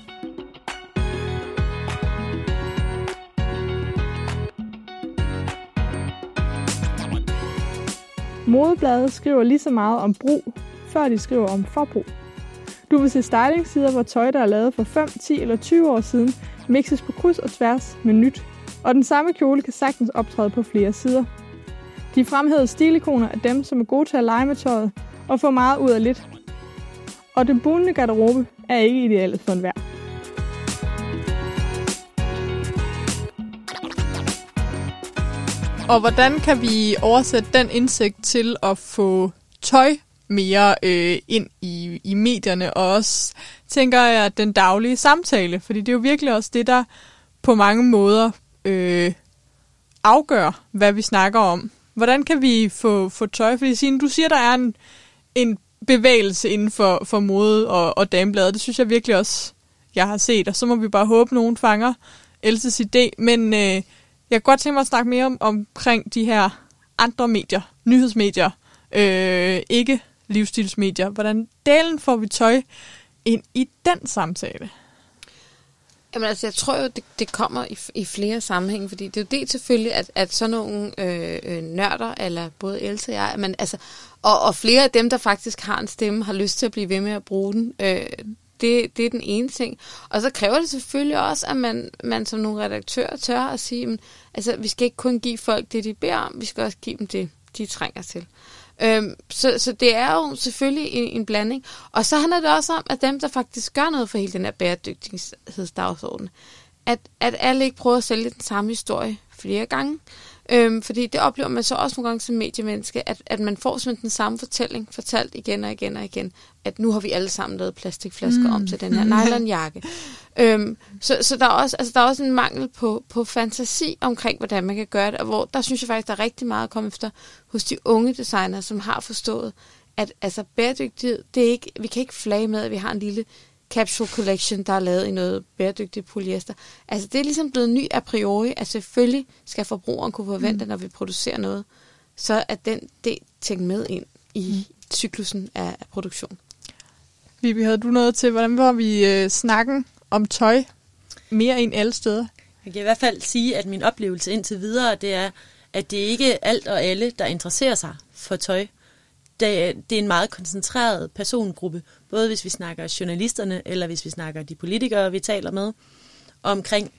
Modebladet skriver lige så meget om brug, før de skriver om forbrug. Du vil se stylingsider, hvor tøj, der er lavet for fem, ti eller tyve år siden, mixes på kryds og tværs med nyt, og den samme kjole kan sagtens optræde på flere sider. De fremhævede stilikoner er dem, som er gode til at lege med tøjet og få meget ud af lidt. Og den bunende garderobe er ikke ideelt for enhver. Og hvordan kan vi oversætte den indsigt til at få tøj mere øh, ind i, i medierne, og også, tænker jeg, den daglige samtale, fordi det er jo virkelig også det, der på mange måder øh, afgør, hvad vi snakker om. Hvordan kan vi få, få tøj? Fordi Signe, du siger, der er en, en bevægelse inden for, for mode og, og damebladet. Det synes jeg virkelig også, jeg har set, og så må vi bare håbe, nogen fanger Elses idé. Men øh, jeg kan godt tænke mig at snakke mere om, omkring de her andre medier, nyhedsmedier, øh, ikke livsstilsmedier. Hvordan delen får vi tøj ind i den samtale? Jamen altså, jeg tror jo, det, det kommer i, i flere sammenhænge, fordi det er jo det selvfølgelig, at, at sådan nogle øh, øh, nørder, eller både Else og jeg, men, altså, og, og flere af dem, der faktisk har en stemme, har lyst til at blive ved med at bruge den. Øh, det, det er den ene ting. Og så kræver det selvfølgelig også, at man, man som nogle redaktører tør at sige, men, altså, vi skal ikke kun give folk det, de beder om, vi skal også give dem det, de trænger til. Øhm, så, så det er jo selvfølgelig en, en blanding. Og så handler det også om, at dem, der faktisk gør noget for hele den her bæredygtighedsdagsorden, at, at alle ikke prøver at sælge den samme historie flere gange. Øhm, fordi det oplever man så også nogle gange som mediemenneske, at, at man får simpelthen den samme fortælling, fortalt igen og igen og igen, at nu har vi alle sammen lavet plastikflasker mm. om til den her nylonjakke. øhm, så, så der er også, altså, der er også en mangel på, på fantasi omkring, hvordan man kan gøre det, og hvor der synes jeg faktisk, der er rigtig meget at komme efter hos de unge designere, som har forstået, at altså, bæredygtighed, det er ikke, vi kan ikke flage med, at vi har en lille capsule collection, der er lavet i noget bæredygtigt polyester. Altså, det er ligesom blevet ny a priori, at selvfølgelig skal forbrugeren kunne forvente, mm. når vi producerer noget, så at den det tænkt med ind i mm. cyklusen af, af produktion. Vivi, havde du noget til, hvordan var vi øh, snakken om tøj mere end alle steder? Jeg kan i hvert fald sige, at min oplevelse indtil videre, det er, at det ikke er alt og alle, der interesserer sig for tøj. Det er, det er en meget koncentreret persongruppe, både hvis vi snakker journalisterne, eller hvis vi snakker de politikere, vi taler med, omkring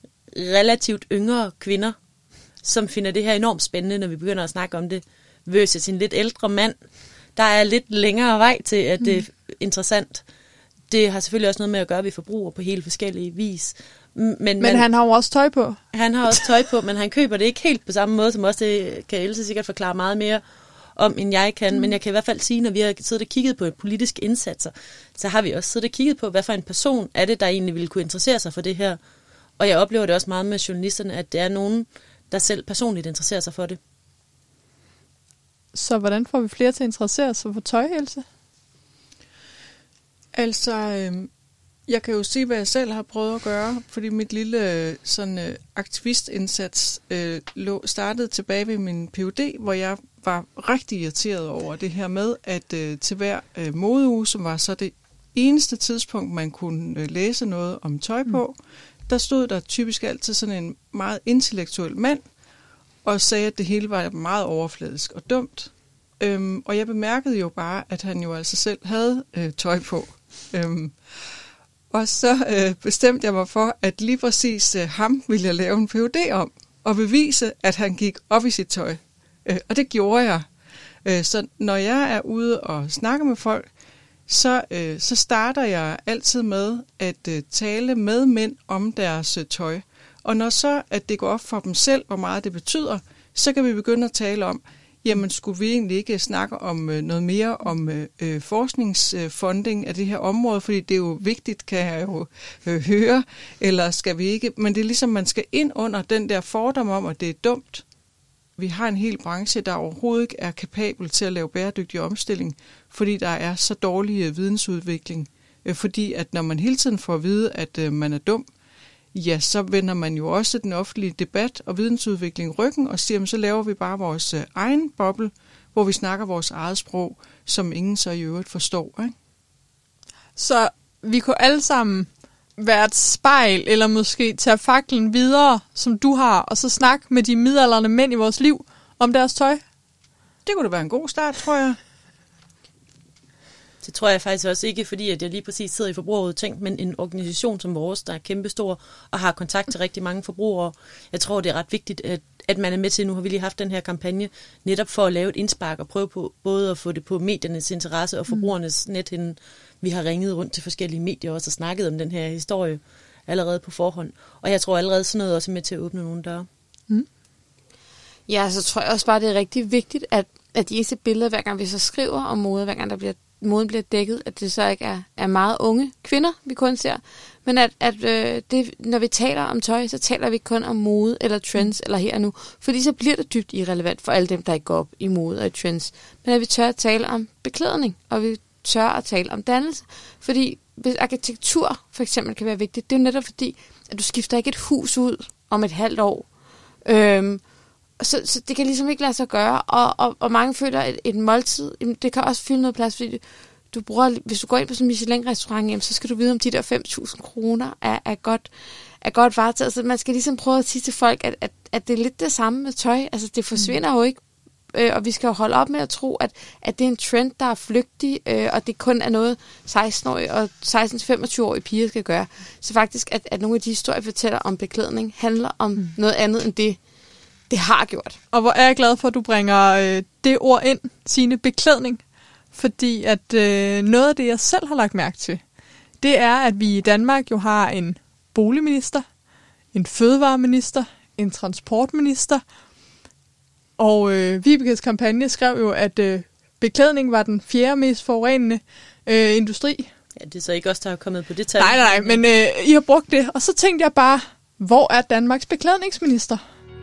relativt yngre kvinder, som finder det her enormt spændende, når vi begynder at snakke om det, versus en lidt ældre mand. Der er lidt længere vej til, at det er interessant. Det har selvfølgelig også noget med at gøre, at vi forbruger på helt forskellige vis. Men, men man, han har jo også tøj på. Han har også tøj på, men han køber det ikke helt på samme måde, som også det kan Else sikkert forklare meget mere om, end jeg kan. Mm. Men jeg kan i hvert fald sige, når vi har siddet og kigget på politiske indsatser, så har vi også siddet og kigget på, hvad for en person er det, der egentlig ville kunne interessere sig for det her. Og jeg oplever det også meget med journalisterne, at det er nogen, der selv personligt interesserer sig for det. Så hvordan får vi flere til at interessere sig for tøj, Else? Altså, øh, jeg kan jo sige, hvad jeg selv har prøvet at gøre, fordi mit lille sådan, øh, aktivistindsats øh, lå, startede tilbage ved min P H D, hvor jeg var rigtig irriteret over det her med, at øh, til hver øh, modeuge, som var så det eneste tidspunkt, man kunne øh, læse noget om tøj på, mm. der stod der typisk altid sådan en meget intellektuel mand, og sagde, at det hele var meget overfladisk og dumt. Øhm, og jeg bemærkede jo bare, at han jo altså selv havde øh, tøj på. Øhm, og så øh, bestemte jeg mig for, at lige præcis øh, ham ville jeg lave en P H D om, og bevise, at han gik op i sit tøj. Øh, og det gjorde jeg. Øh, så når jeg er ude og snakker med folk, så, øh, så starter jeg altid med at øh, tale med mænd om deres øh, tøj. Og når så, at det går op for dem selv, hvor meget det betyder, så kan vi begynde at tale om, jamen skulle vi egentlig ikke snakke om øh, noget mere om øh, forskningsfunding af det her område, fordi det er jo vigtigt, kan jeg jo øh, høre, eller skal vi ikke? Men det er ligesom, man skal ind under den der fordom om, at det er dumt. Vi har en hel branche, der overhovedet ikke er kapabel til at lave bæredygtig omstilling, fordi der er så dårlig øh, vidensudvikling. Øh, fordi at når man hele tiden får at vide, at øh, man er dum, ja, så vender man jo også den offentlige debat og vidensudvikling ryggen og siger, så laver vi bare vores øh, egen boble, hvor vi snakker vores eget sprog, som ingen så i øvrigt forstår. Ikke? Så vi kunne alle sammen være et spejl, eller måske tage faklen videre, som du har, og så snakke med de midaldrende mænd i vores liv om deres tøj? Det kunne da være en god start, tror jeg. Det tror jeg faktisk også ikke, fordi at jeg lige præcis sidder i Forbrugerrådet Tænk, men en organisation som vores, der er kæmpestor og har kontakt til rigtig mange forbrugere. Jeg tror, det er ret vigtigt, at, at man er med til, nu har vi lige haft den her kampagne, netop for at lave et indspark og prøve på både at få det på mediernes interesse og forbrugernes nethinde. Vi har ringet rundt til forskellige medier også og snakket om den her historie allerede på forhånd. Og jeg tror allerede sådan noget også er med til at åbne nogle døre. Mm. Ja, så tror jeg også bare, det er rigtig vigtigt, at, at de eneste billeder, hver gang vi så skriver om mode, hver gang der bliver moden bliver dækket, at det så ikke er, er meget unge kvinder, vi kun ser. Men at, at øh, det, når vi taler om tøj, så taler vi kun om mode eller trends, eller her og nu. Fordi så bliver det dybt irrelevant for alle dem, der ikke går op i mode og i trends. Men at vi tør at tale om beklædning, og vi tør at tale om dannelse. Fordi hvis arkitektur for eksempel kan være vigtigt, det er jo netop fordi, at du skifter ikke et hus ud om et halvt år. Øhm, så, så det kan ligesom ikke lade sig gøre, og, og, og mange føler, at et måltid, det kan også fylde noget plads, fordi du bruger, hvis du går ind på sådan en Michelin-restaurant, jamen, så skal du vide, om de der fem tusind kroner er, er godt, er godt varetaget. Så man skal ligesom prøve at sige til folk, at, at, at det er lidt det samme med tøj. Altså, det forsvinder mm. jo ikke, øh, og vi skal jo holde op med at tro, at, at det er en trend, der er flygtig, øh, og det kun er noget seksten-årige og seksten til femogtyve-årige piger skal gøre. Så faktisk, at, at nogle af de historier, fortæller om beklædning, handler om mm. noget andet end det, det har gjort. Og hvor er jeg glad for, at du bringer øh, det ord ind, Signe, beklædning. Fordi at øh, noget af det, jeg selv har lagt mærke til, det er, at vi i Danmark jo har en boligminister, en fødevareminister, en transportminister, og øh, Vibekes kampagne skrev jo, at øh, beklædning var den fjerde mest forurenende øh, industri. Ja, det er så ikke os, der har kommet på det tal. Nej, nej, men øh, I har brugt det, og så tænkte jeg bare, hvor er Danmarks beklædningsminister?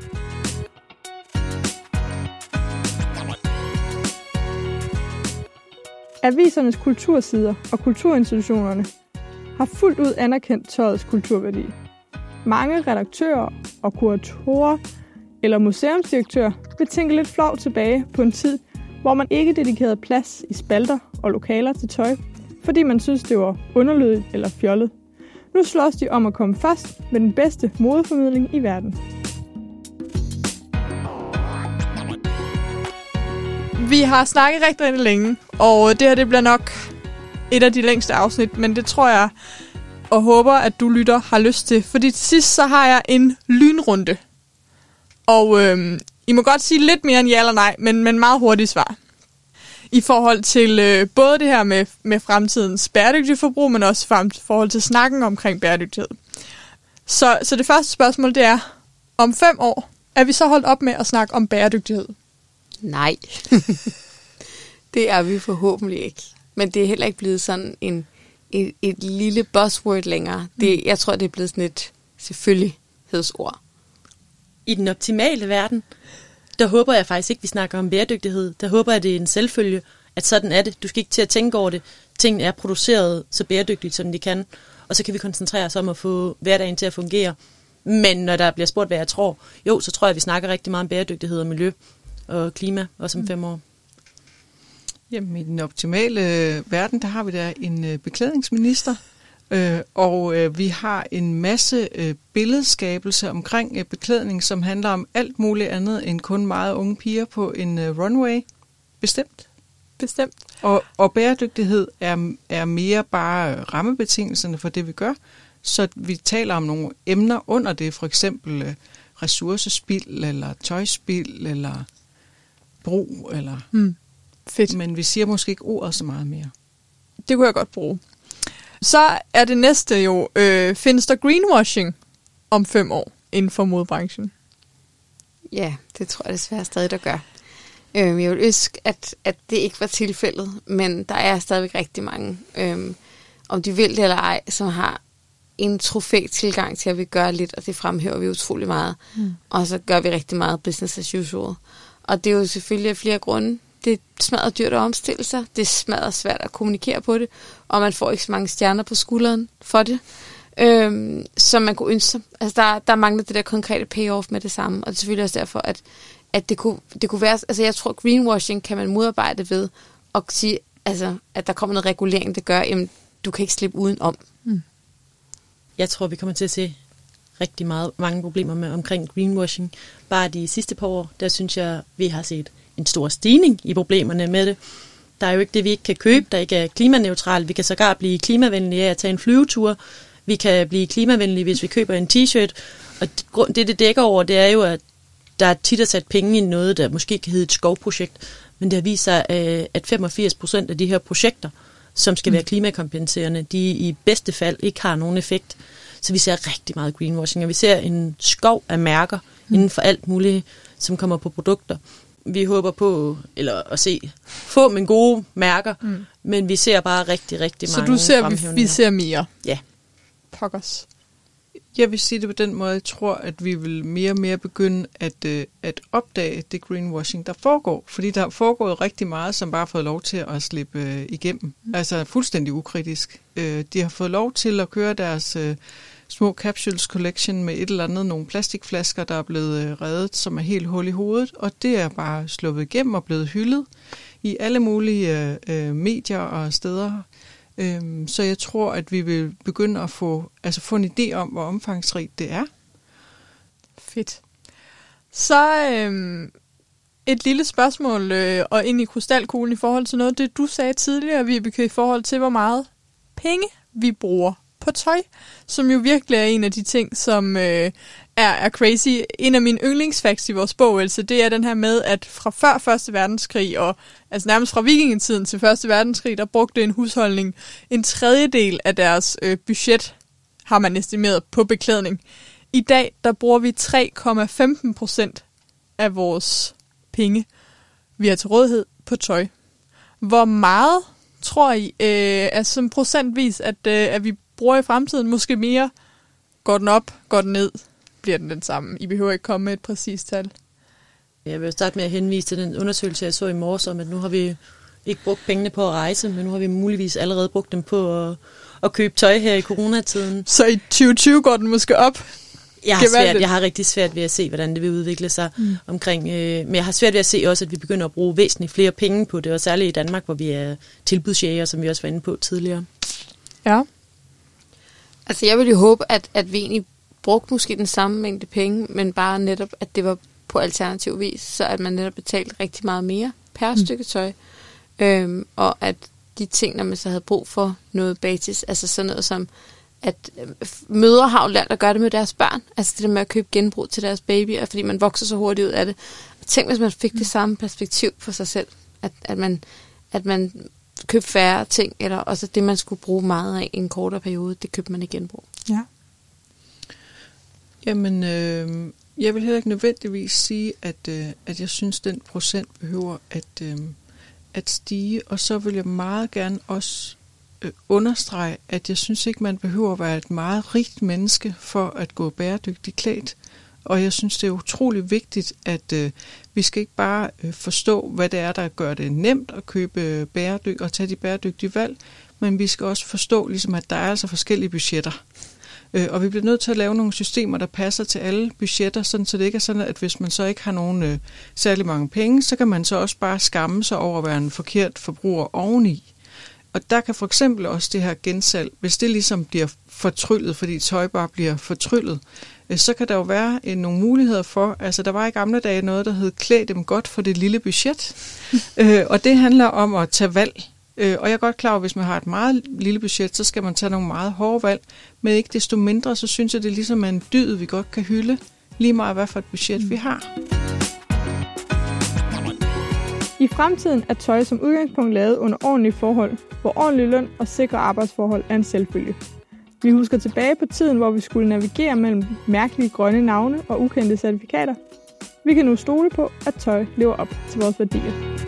Avisernes kultursider og kulturinstitutionerne har fuldt ud anerkendt tøjets kulturværdi. Mange redaktører og kuratorer eller museumsdirektører vil tænke lidt flovt tilbage på en tid, hvor man ikke dedikerede plads i spalter og lokaler til tøj, fordi man synes, det var underlødigt eller fjollet. Nu slås de om at komme først med den bedste modeformidling i verden. Vi har snakket rigtig, rigtig længe, og det her det bliver nok et af de længste afsnit, men det tror jeg og håber, at du lytter har lyst til. Fordi til sidst så har jeg en lynrunde. Og øhm, I må godt sige lidt mere end ja eller nej, men, men meget hurtigt svar. I forhold til øh, både det her med, med fremtidens bæredygtige forbrug, men også i forhold til snakken omkring bæredygtighed. Så, så det første spørgsmål, det er, om fem år, er vi så holdt op med at snakke om bæredygtighed? Nej, det er vi forhåbentlig ikke. Men det er heller ikke blevet sådan en, et, et lille buzzword længere. Det, jeg tror, det er blevet sådan et selvfølgelighedsord. I den optimale verden, der håber jeg faktisk ikke, vi snakker om bæredygtighed. Der håber jeg, det er en selvfølge, at sådan er det. Du skal ikke til at tænke over det. Tingene er produceret så bæredygtigt, som de kan. Og så kan vi koncentrere os om at få hverdagen til at fungere. Men når der bliver spurgt, hvad jeg tror, jo, så tror jeg, at vi snakker rigtig meget om bæredygtighed og miljø og klima, også om fem år. Jamen, i den optimale verden, der har vi da en øh, beklædningsminister, øh, og øh, vi har en masse øh, billedskabelse omkring øh, beklædning, som handler om alt muligt andet end kun meget unge piger på en øh, runway. Bestemt. Bestemt. Og, og bæredygtighed er, er mere bare rammebetingelserne for det, vi gør. Så vi taler om nogle emner under det, for eksempel øh, ressourcespild, eller tøjspild, eller brug, eller... Hmm. Fedt. Men vi siger måske ikke ordet så meget mere. Det kunne jeg godt bruge. Så er det næste jo, øh, findes der greenwashing om fem år inden for modebranchen? Ja, det tror jeg desværre stadig, der gør. Øhm, jeg vil ønske, at, at det ikke var tilfældet, men der er stadigvæk rigtig mange, øhm, om de vil det eller ej, som har en trofæ tilgang til at vi gør lidt, og det fremhæver vi utrolig meget. Mm. Og så gør vi rigtig meget business as usual. Og det er jo selvfølgelig af flere grunde. Det smadrer dyrt at omstille sig. Det smadrer svært at kommunikere på det. Og man får ikke så mange stjerner på skulderen for det, øhm, som man kunne ønske sig. Altså, der, der mangler det der konkrete payoff med det samme. Og det er selvfølgelig også derfor, at, at det, kunne, det kunne være... Altså, jeg tror, greenwashing kan man modarbejde ved at sige, altså, at der kommer noget regulering, der gør, jamen, du kan ikke slippe udenom. Mm. Jeg tror, vi kommer til at se rigtig meget, mange problemer med omkring greenwashing. Bare de sidste par år, der synes jeg, vi har set en stor stigning i problemerne med det. Der er jo ikke det, vi ikke kan købe, der ikke er klimaneutralt. Vi kan sågar blive klimavenlige af at tage en flyvetur. Vi kan blive klimavenlige, hvis vi køber en t-shirt. Og det, det dækker over, det er jo, at der er tit at sat penge i noget, der måske kan hedde et skovprojekt. Men det har vist sig, at femogfirs procent af de her projekter, som skal være klimakompenserende, de i bedste fald ikke har nogen effekt. Så vi ser rigtig meget greenwashing, og vi ser en skov af mærker mm. inden for alt muligt, som kommer på produkter. Vi håber på, eller at se få, men gode mærker, mm. men vi ser bare rigtig, rigtig mange fremhævninger. Så du ser, vi, vi ser mere? Ja. Pokkers. Jeg vil sige det på den måde, jeg tror, at vi vil mere og mere begynde at, øh, at opdage det greenwashing, der foregår. Fordi der er foregået rigtig meget, som bare har fået lov til at slippe øh, igennem. Mm. Altså fuldstændig ukritisk. Øh, de har fået lov til at køre deres øh, små capsules collection med et eller andet, nogle plastikflasker, der er blevet øh, reddet, som er helt hul i hovedet, og det er bare sluppet igennem og blevet hyldet i alle mulige øh, medier og steder. Øhm, så jeg tror, at vi vil begynde at få, altså få en idé om, hvor omfangsrigt det er. Fedt. Så øhm, et lille spørgsmål øh, og ind i krystalkuglen i forhold til noget, det du sagde tidligere, Vibeke, i forhold til, hvor meget penge vi bruger på tøj, som jo virkelig er en af de ting, som øh, er, er crazy. En af mine yndlingsfacts i vores bog, altså, det er den her med, at fra før første verdenskrig, og altså nærmest fra vikingetiden til første verdenskrig, der brugte en husholdning en tredjedel af deres øh, budget, har man estimeret, på beklædning. I dag, der bruger vi tre komma femten procent af vores penge, vi har til rådighed, på tøj. Hvor meget tror I, øh, altså som procentvis, at, øh, at vi bruger i fremtiden? Måske mere? Går den op? Går den ned? Bliver den den samme? I behøver ikke komme med et præcist tal. Jeg vil starte med at henvise til den undersøgelse, jeg så i morges, om at nu har vi ikke brugt pengene på at rejse, men nu har vi muligvis allerede brugt dem på at, at købe tøj her i coronatiden. Så i tyve tyve går den måske op? Jeg har, svært, jeg har rigtig svært ved at se, hvordan det vil udvikle sig mm. omkring. Øh, men jeg har svært ved at se også, at vi begynder at bruge væsentligt flere penge på det, og særligt i Danmark, hvor vi er tilbudsjæger, som vi også var inde på tidligere. Ja. Altså jeg ville jo håbe, at, at vi egentlig brugte måske den samme mængde penge, men bare netop, at det var på alternativ vis, så at man netop betalte rigtig meget mere per mm. stykke tøj. Øhm, og at de ting, når man så havde brug for noget basis, altså sådan noget som at mødre har jo lært at gøre det med deres børn. Altså det der med at købe genbrug til deres babyer, fordi man vokser så hurtigt ud af det. Og tænk, hvis man fik det samme perspektiv på sig selv. At, at, man, at man købte færre ting, eller også det, man skulle bruge meget af i en kortere periode, det købte man i genbrug. Ja. Jamen, øh, jeg vil heller ikke nødvendigvis sige, at, øh, at jeg synes, den procent behøver at, øh, at stige. Og så vil jeg meget gerne også understrege, at jeg synes ikke, man behøver at være et meget rigt menneske for at gå bæredygtigt klædt. Og jeg synes, det er utrolig vigtigt, at øh, vi skal ikke bare øh, forstå, hvad det er, der gør det nemt at købe bæredygtigt og tage de bæredygtige valg, men vi skal også forstå, ligesom, at der er altså forskellige budgetter. Øh, og vi bliver nødt til at lave nogle systemer, der passer til alle budgetter, sådan, så det ikke er sådan, at hvis man så ikke har nogen øh, særlig mange penge, så kan man så også bare skamme sig over at være en forkert forbruger oveni. Og der kan for eksempel også det her gensalg, hvis det ligesom bliver fortryllet, fordi tøj bare bliver fortryllet, så kan der jo være nogle muligheder for, altså der var i gamle dage noget, der hed klæd dem godt for det lille budget, øh, og det handler om at tage valg. Øh, og jeg er godt klar over, at hvis man har et meget lille budget, så skal man tage nogle meget hårde valg, men ikke desto mindre, så synes jeg, det er ligesom en dyd, vi godt kan hylde, lige meget hvad for et budget vi har. I fremtiden er tøj som udgangspunkt lavet under ordentlige forhold, hvor ordentlig løn og sikre arbejdsforhold er en selvfølge. Vi husker tilbage på tiden, hvor vi skulle navigere mellem mærkelige grønne navne og ukendte certifikater. Vi kan nu stole på, at tøj lever op til vores værdier.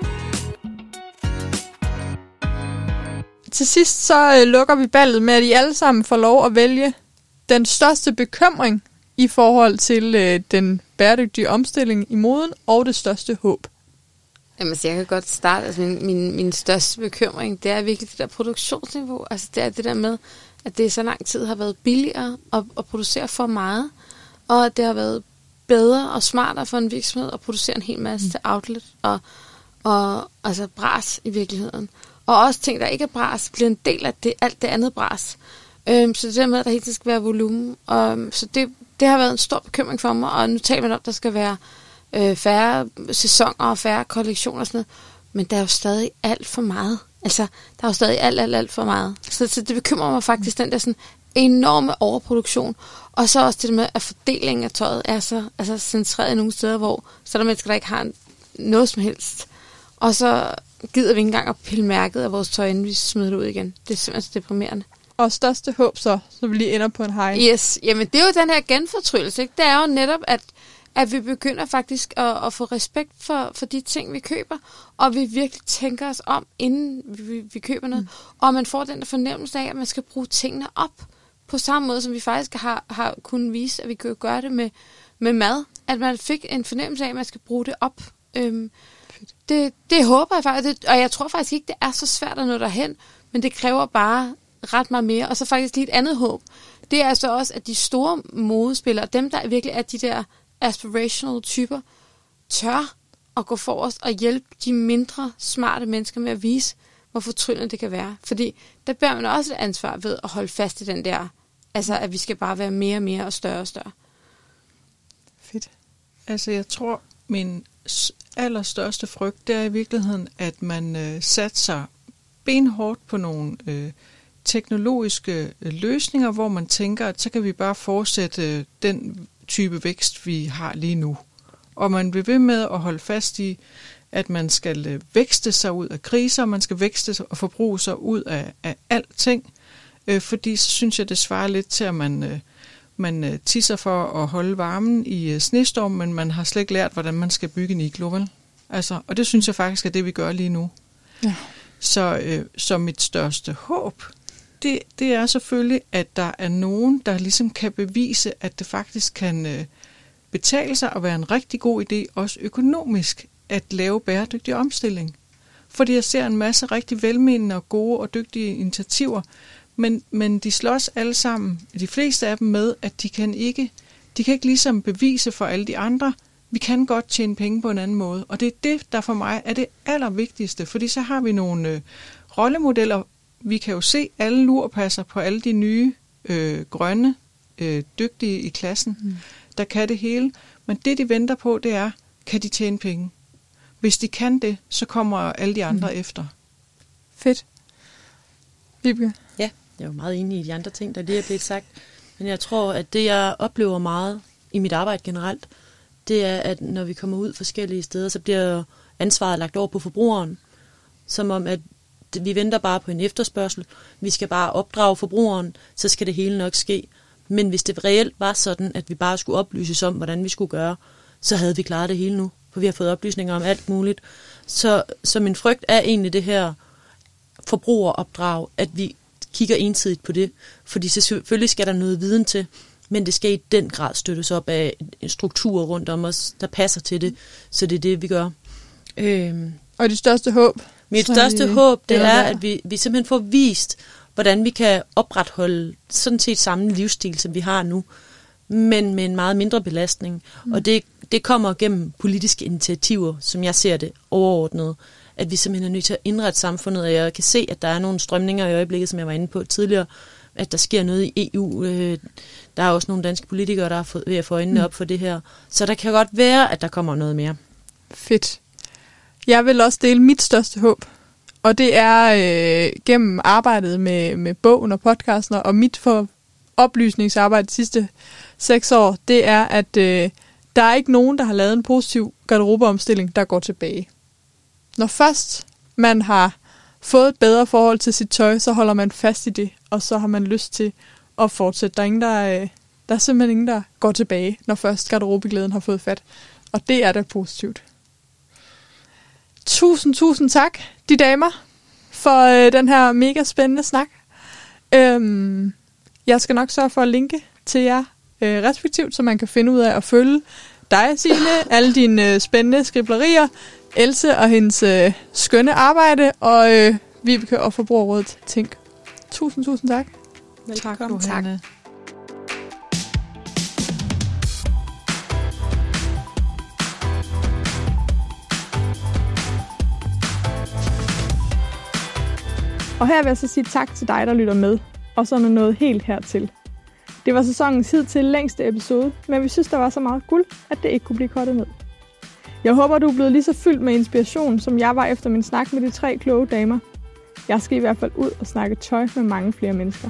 Til sidst så øh, lukker vi ballet med, at I alle sammen får lov at vælge den største bekymring i forhold til øh, den bæredygtige omstilling i moden og det største håb. Jamen, så jeg kan godt starte. Altså, min, min, min største bekymring, det er virkelig det der produktionsniveau. Altså, det er det der med, at det så lang tid har været billigere at, at producere for meget, og at det har været bedre og smartere for en virksomhed at producere en hel masse mm. til outlet og, og altså bras i virkeligheden. Og også ting, der ikke er bras, bliver en del af det, alt det andet bras. Øhm, så det der med, at der helt skal være volumen. Og, så det, det har været en stor bekymring for mig, og nu taler man om, at der skal være øh, færre sæsoner og færre kollektioner og sådan noget. Men der er jo stadig alt for meget. Altså, der er jo stadig alt, alt, alt for meget. Så, så det bekymrer mig faktisk, den der sådan enorme overproduktion. Og så også det med, at fordelingen af tøjet er så altså, centreret i nogle steder, hvor så er der mennesker, der ikke har noget som helst. Og så gider vi ikke engang at pille mærket af vores tøj, inden vi smider det ud igen. Det er simpelthen så deprimerende. Og største håb så, så vi lige ender på en high. Yes, jamen det er jo den her genfortryllelse, ikke? Det er jo netop, at, at vi begynder faktisk at, at få respekt for, for de ting, vi køber, og vi virkelig tænker os om, inden vi, vi køber noget. Mm. Og man får den der fornemmelse af, at man skal bruge tingene op, på samme måde, som vi faktisk har, har kunnet vise, at vi kan gøre det med, med mad. At man fik en fornemmelse af, at man skal bruge det op. Øhm, det, det håber jeg faktisk, og jeg tror faktisk ikke, det er så svært at nå derhen, men det kræver bare ret meget mere. Og så faktisk lige et andet håb. det er altså også, at de store modespillere, dem der virkelig er de der aspirational typer, tør at gå forrest og hjælpe de mindre smarte mennesker med at vise, hvor fortryllende det kan være. Fordi der bærer man også et ansvar ved at holde fast i den der, altså at vi skal bare være mere og mere og større og større. Fedt. Altså jeg tror, min allerstørste frygt, det er i virkeligheden, at man øh, satser benhårdt på nogle øh, teknologiske øh, løsninger, hvor man tænker, at så kan vi bare fortsætte øh, den type vækst, vi har lige nu. Og man bliver ved med at holde fast i, at man skal øh, vækste sig ud af kriser, man skal vækste og forbruge sig ud af, af alting, øh, fordi så synes jeg, det svarer lidt til, at man, øh, man øh, tisser for at holde varmen i øh, snestorm, men man har slet ikke lært, hvordan man skal bygge en iglo, vel? Altså, og det synes jeg faktisk er det, vi gør lige nu. Ja. Så, øh, så mit største håb, det, det er selvfølgelig, at der er nogen, der ligesom kan bevise, at det faktisk kan øh, betale sig at være en rigtig god idé, også økonomisk, at lave bæredygtig omstilling. Fordi jeg ser en masse rigtig velmenende og gode og dygtige initiativer, men, men de slås alle sammen, de fleste af dem med, at de kan ikke, de kan ikke ligesom bevise for alle de andre, vi kan godt tjene penge på en anden måde. Og det er det, der for mig er det allervigtigste, fordi så har vi nogle øh, rollemodeller. Vi kan jo se alle lurpasser på alle de nye, øh, grønne, øh, dygtige i klassen, mm. der kan det hele. Men det, de venter på, det er, kan de tjene penge? Hvis de kan det, så kommer alle de andre mm. efter. Fedt. Vibeke? Ja, jeg er jo meget enig i de andre ting, der lige er blevet sagt. Men jeg tror, at det, jeg oplever meget i mit arbejde generelt, det er, at når vi kommer ud forskellige steder, så bliver ansvaret lagt over på forbrugeren. Som om, at vi venter bare på en efterspørgsel. Vi skal bare opdrage forbrugeren, så skal det hele nok ske. Men hvis det reelt var sådan, at vi bare skulle oplyses om, hvordan vi skulle gøre, så havde vi klaret det hele nu. For vi har fået oplysninger om alt muligt. Så, så min frygt er egentlig det her forbrugeropdrag, at vi kigger ensidigt på det. Fordi selvfølgelig skal der noget viden til, men det skal i den grad støttes op af strukturer rundt om os, der passer til det. Så det er det, vi gør. Øhm. Og det største håb? Mit største I, håb, det er, at vi, vi simpelthen får vist, hvordan vi kan opretholde sådan set samme livsstil, som vi har nu, men med en meget mindre belastning. Mm. Og det, det kommer gennem politiske initiativer, som jeg ser det overordnet, at vi simpelthen er nødt til at indrette samfundet, og jeg kan se, at der er nogle strømninger i øjeblikket, som jeg var inde på tidligere, at der sker noget i E U. Der er også nogle danske politikere, der er ved at få øjnene op for det her. Så der kan godt være, at der kommer noget mere. Fedt. Jeg vil også dele mit største håb, og det er øh, gennem arbejdet med, med bogen og podcasten, og mit for oplysningsarbejde de sidste seks år, det er, at øh, der er ikke nogen, der har lavet en positiv garderobeomstilling, der går tilbage. Når først man har fået et bedre forhold til sit tøj, så holder man fast i det, og så har man lyst til at fortsætte. Der er, ingen, der, øh, der er simpelthen ingen, der går tilbage, når først garderobeglæden har fået fat, og det er da positivt. Tusind, tusind tak, de damer, for øh, den her mega spændende snak. Øhm, jeg skal nok sørge for at linke til jer øh, respektivt, så man kan finde ud af at følge dig, Signe, alle dine øh, spændende skriblerier, Else og hendes øh, skønne arbejde, og øh, Vibeke og Forbrugerrådet Tænk. Tusind, tusind tak. Velkommen. Tak, tak. Og her vil jeg så sige tak til dig, der lytter med, og så noget helt hertil. Det var sæsonens hidtil længste episode, men vi synes, der var så meget guld, at det ikke kunne blive kortet ned. Jeg håber, du er blevet lige så fyldt med inspiration, som jeg var efter min snak med de tre kloge damer. Jeg skal i hvert fald ud og snakke tøj med mange flere mennesker.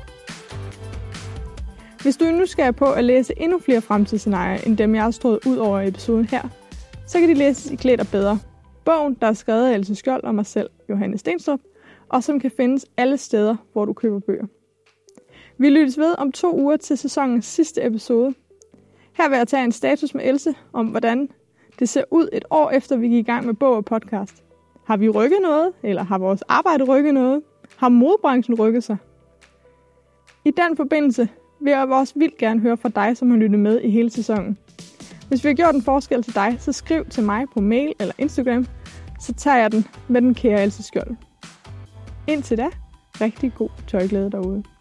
Hvis du er nysgerrig på at læse endnu flere fremtidsscenarier, end dem jeg har strået ud over i episoden her, så kan de læses i Klædt og Bedre. Bogen, der er skrevet af Else Skjold og mig selv, Johanne Stenstrup, og som kan findes alle steder, hvor du køber bøger. Vi lyttes ved om to uger til sæsonens sidste episode. Her vil jeg tage en status med Else om, hvordan det ser ud et år efter, vi gik i gang med bog og podcast. Har vi rykket noget, eller har vores arbejde rykket noget? Har modebranchen rykket sig? I den forbindelse vil jeg også vildt gerne høre fra dig, som har lyttet med i hele sæsonen. Hvis vi har gjort en forskel til dig, så skriv til mig på mail eller Instagram, så tager jeg den med den kære Else Skjold. Indtil da, rigtig god tøjglæde derude.